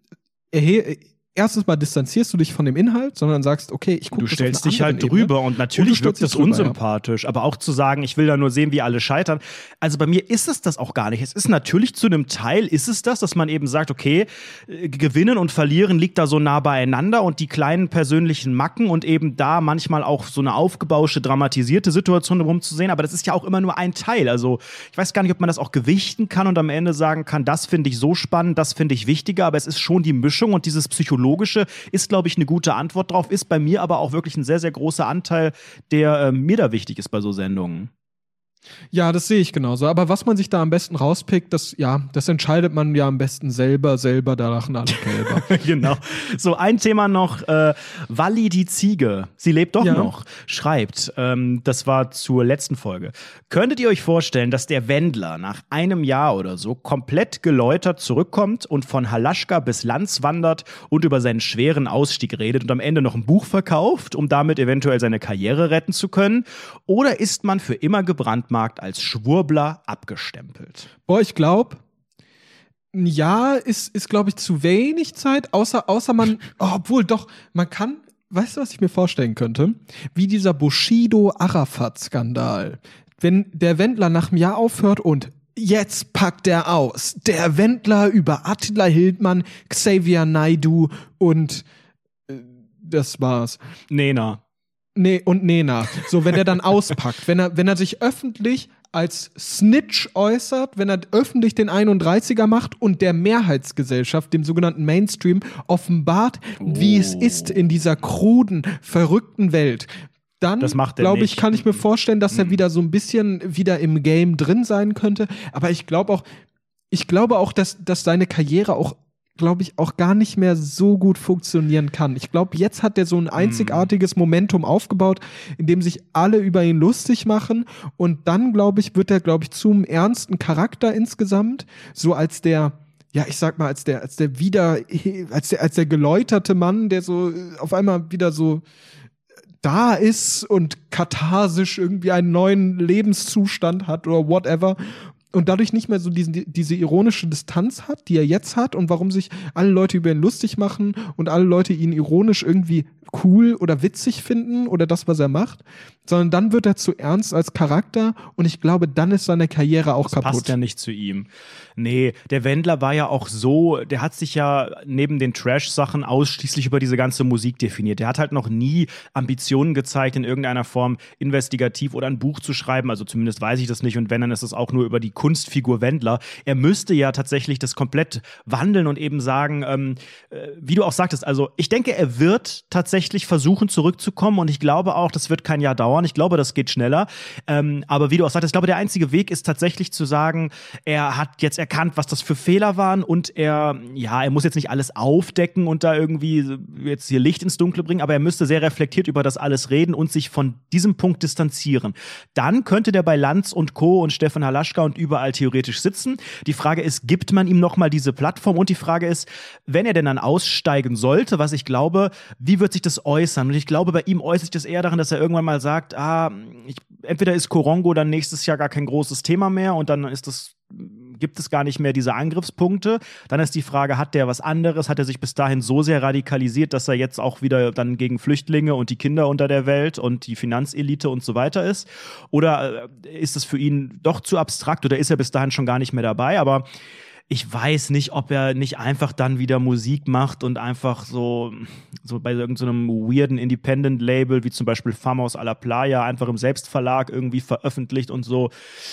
Erhe Erstens mal distanzierst du dich von dem Inhalt, sondern sagst, okay, ich gucke Du stellst dich halt drüber und natürlich und wirkt das drüber, unsympathisch. Ja. Aber auch zu sagen, ich will da nur sehen, wie alle scheitern. Also bei mir ist es das auch gar nicht. Es ist natürlich zu einem Teil, ist es das, dass man eben sagt, okay, gewinnen und verlieren liegt da so nah beieinander und die kleinen persönlichen Macken und eben da manchmal auch so eine aufgebauschte, dramatisierte Situation rumzusehen. Aber das ist ja auch immer nur ein Teil. Also ich weiß gar nicht, ob man das auch gewichten kann und am Ende sagen kann, das finde ich so spannend, das finde ich wichtiger. Aber es ist schon die Mischung und dieses Psychologische psychologische ist, glaube ich, eine gute Antwort drauf, ist bei mir aber auch wirklich ein sehr, sehr großer Anteil, der äh, mir da wichtig ist bei so Sendungen. Ja, das sehe ich genauso. Aber was man sich da am besten rauspickt, das, ja, das entscheidet man ja am besten selber, selber, da lachen alle Kälber. Genau. So, ein Thema noch. Äh, Walli die Ziege, sie lebt doch ja. noch, schreibt, ähm, das war zur letzten Folge. Könntet ihr euch vorstellen, dass der Wendler nach einem Jahr oder so komplett geläutert zurückkommt und von Halaschka bis Lanz wandert und über seinen schweren Ausstieg redet und am Ende noch ein Buch verkauft, um damit eventuell seine Karriere retten zu können? Oder ist man für immer gebrannt als Schwurbler abgestempelt? Boah, ich glaube, ein Jahr ist, ist glaube ich, zu wenig Zeit, außer, außer man, oh, obwohl doch, man kann, weißt du, was ich mir vorstellen könnte? Wie dieser Bushido-Arafat-Skandal. Wenn der Wendler nach einem Jahr aufhört und jetzt packt er aus. Der Wendler über Attila Hildmann, Xavier Naidoo und äh, das war's. Nena. Nee, und Nena. So, wenn er dann auspackt, wenn er, wenn er sich öffentlich als Snitch äußert, wenn er öffentlich den einunddreißiger macht und der Mehrheitsgesellschaft, dem sogenannten Mainstream, offenbart, oh. wie es ist in dieser kruden, verrückten Welt. Dann, glaube ich, kann ich mir vorstellen, dass er wieder so ein bisschen wieder im Game drin sein könnte. Aber ich glaube auch, ich glaube auch, dass, dass seine Karriere auch glaube ich, auch gar nicht mehr so gut funktionieren kann. Ich glaube, jetzt hat er so ein einzigartiges Momentum aufgebaut, in dem sich alle über ihn lustig machen und dann, glaube ich, wird er, glaube ich, zum ernsten Charakter insgesamt, so als der, ja, ich sag mal, als der, als der wieder, als der, als der geläuterte Mann, der so auf einmal wieder so da ist und katharsisch irgendwie einen neuen Lebenszustand hat oder whatever. Und dadurch nicht mehr so diesen, diese ironische Distanz hat, die er jetzt hat und warum sich alle Leute über ihn lustig machen und alle Leute ihn ironisch irgendwie cool oder witzig finden oder das, was er macht, sondern dann wird er zu ernst als Charakter und ich glaube, dann ist seine Karriere auch das kaputt. Passt ja nicht zu ihm. Nee, der Wendler war ja auch so, der hat sich ja neben den Trash-Sachen ausschließlich über diese ganze Musik definiert. Der hat halt noch nie Ambitionen gezeigt, in irgendeiner Form investigativ oder ein Buch zu schreiben, also zumindest weiß ich das nicht und wenn, dann ist es auch nur über die Kunstfigur Wendler. Er müsste ja tatsächlich das komplett wandeln und eben sagen, ähm, äh, wie du auch sagtest, also ich denke, er wird tatsächlich versuchen zurückzukommen und ich glaube auch, das wird kein Jahr dauern. Ich glaube, das geht schneller. Ähm, aber wie du auch sagtest, ich glaube, der einzige Weg ist tatsächlich zu sagen, er hat jetzt erkannt, was das für Fehler waren und er, ja, er muss jetzt nicht alles aufdecken und da irgendwie jetzt hier Licht ins Dunkle bringen, aber er müsste sehr reflektiert über das alles reden und sich von diesem Punkt distanzieren. Dann könnte der bei Lanz und Co. und Stefan Halaschka und überall theoretisch sitzen. Die Frage ist, gibt man ihm nochmal diese Plattform? Und die Frage ist, wenn er denn dann aussteigen sollte, was ich glaube, wie wird sich das äußern? Und ich glaube, bei ihm äußert sich das eher darin, dass er irgendwann mal sagt, ah, ich, entweder ist Korongo dann nächstes Jahr gar kein großes Thema mehr und dann ist das gibt es gar nicht mehr diese Angriffspunkte. Dann ist die Frage, hat der was anderes? Hat er sich bis dahin so sehr radikalisiert, dass er jetzt auch wieder dann gegen Flüchtlinge und die Kinder unter der Welt und die Finanzelite und so weiter ist? Oder ist es für ihn doch zu abstrakt oder ist er bis dahin schon gar nicht mehr dabei? Aber ich weiß nicht, ob er nicht einfach dann wieder Musik macht und einfach so, so bei irgendeinem so weirden Independent-Label, wie zum Beispiel Famos a la Playa, einfach im Selbstverlag irgendwie veröffentlicht und so.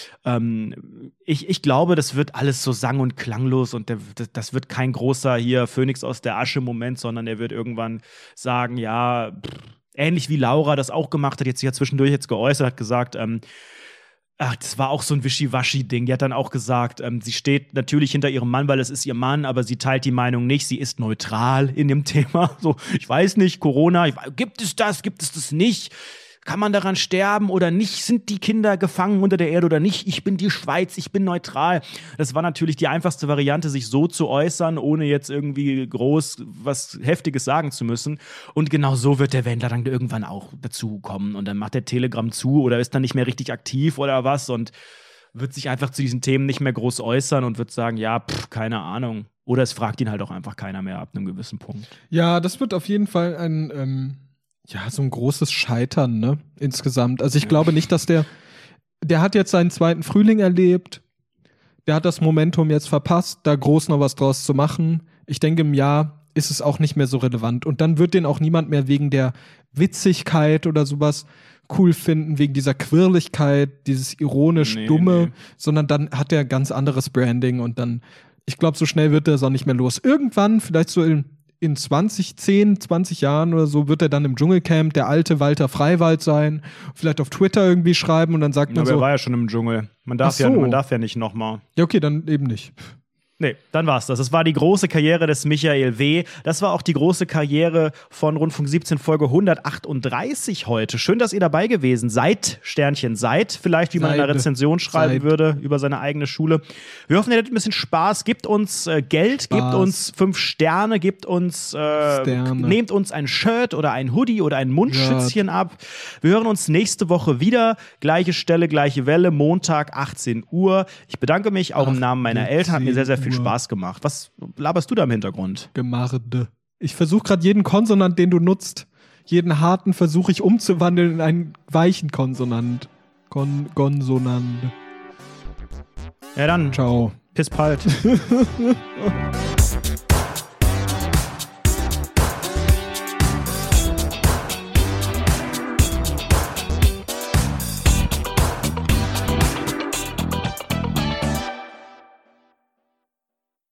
Ähm, ich, ich glaube, das wird alles so sang- und klanglos und der, das wird kein großer hier Phönix aus der Asche-Moment, sondern er wird irgendwann sagen, ja, pff, ähnlich wie Laura das auch gemacht hat, jetzt sich ja zwischendurch jetzt geäußert, hat gesagt, ähm, ach, das war auch so ein Wischiwaschi-Ding. Die hat dann auch gesagt, ähm, sie steht natürlich hinter ihrem Mann, weil es ist ihr Mann, aber sie teilt die Meinung nicht. Sie ist neutral in dem Thema. So, ich weiß nicht, Corona, ich, gibt es das, gibt es das nicht? Kann man daran sterben oder nicht? Sind die Kinder gefangen unter der Erde oder nicht? Ich bin die Schweiz, ich bin neutral. Das war natürlich die einfachste Variante, sich so zu äußern, ohne jetzt irgendwie groß was Heftiges sagen zu müssen. Und genau so wird der Wendler dann irgendwann auch dazu kommen. Und dann macht der Telegram zu oder ist dann nicht mehr richtig aktiv oder was und wird sich einfach zu diesen Themen nicht mehr groß äußern und wird sagen, ja, pff, keine Ahnung. Oder es fragt ihn halt auch einfach keiner mehr ab einem gewissen Punkt. Ja, das wird auf jeden Fall ein ähm ja, so ein großes Scheitern, ne, insgesamt. Also ich glaube nicht, dass der, der hat jetzt seinen zweiten Frühling erlebt, der hat das Momentum jetzt verpasst, da groß noch was draus zu machen. Ich denke, im Jahr ist es auch nicht mehr so relevant. Und dann wird den auch niemand mehr wegen der Witzigkeit oder sowas cool finden, wegen dieser Quirligkeit, dieses ironisch nee, Dumme, nee. sondern dann hat er ganz anderes Branding und dann, ich glaube, so schnell wird er es auch nicht mehr los. Irgendwann, vielleicht so in in zwanzig, zehn, zwanzig Jahren oder so wird er dann im Dschungelcamp der alte Walter Freiwald sein, vielleicht auf Twitter irgendwie schreiben und dann sagt man Aber so. er war ja schon im Dschungel. Man darf, Ach so. ja, man darf ja nicht nochmal. Ja, okay, dann eben nicht. Nee, dann war's das. Das war die große Karriere des Michael W. Das war auch die große Karriere von Rundfunk siebzehn, Folge hundertachtunddreißig heute. Schön, dass ihr dabei gewesen seid. Sternchen seid. Vielleicht, wie man in einer Rezension schreiben Seid. würde über seine eigene Schule. Wir hoffen, ihr hattet ein bisschen Spaß. Gebt uns äh, Geld, Spaß. gebt uns fünf Sterne, gebt uns, äh, Sterne. nehmt uns ein Shirt oder ein Hoodie oder ein Mundschützchen ab. Wir hören uns nächste Woche wieder. Gleiche Stelle, gleiche Welle. Montag, achtzehn Uhr. Ich bedanke mich auch im Namen meiner Eltern. Hat mir sehr, sehr viel Spaß gemacht. Was laberst du da im Hintergrund? Gemarde. Ich versuche gerade jeden Konsonant, den du nutzt, jeden harten versuche ich umzuwandeln in einen weichen Konsonant. Kon Konsonant. Ja, dann. Ciao. Bis bald.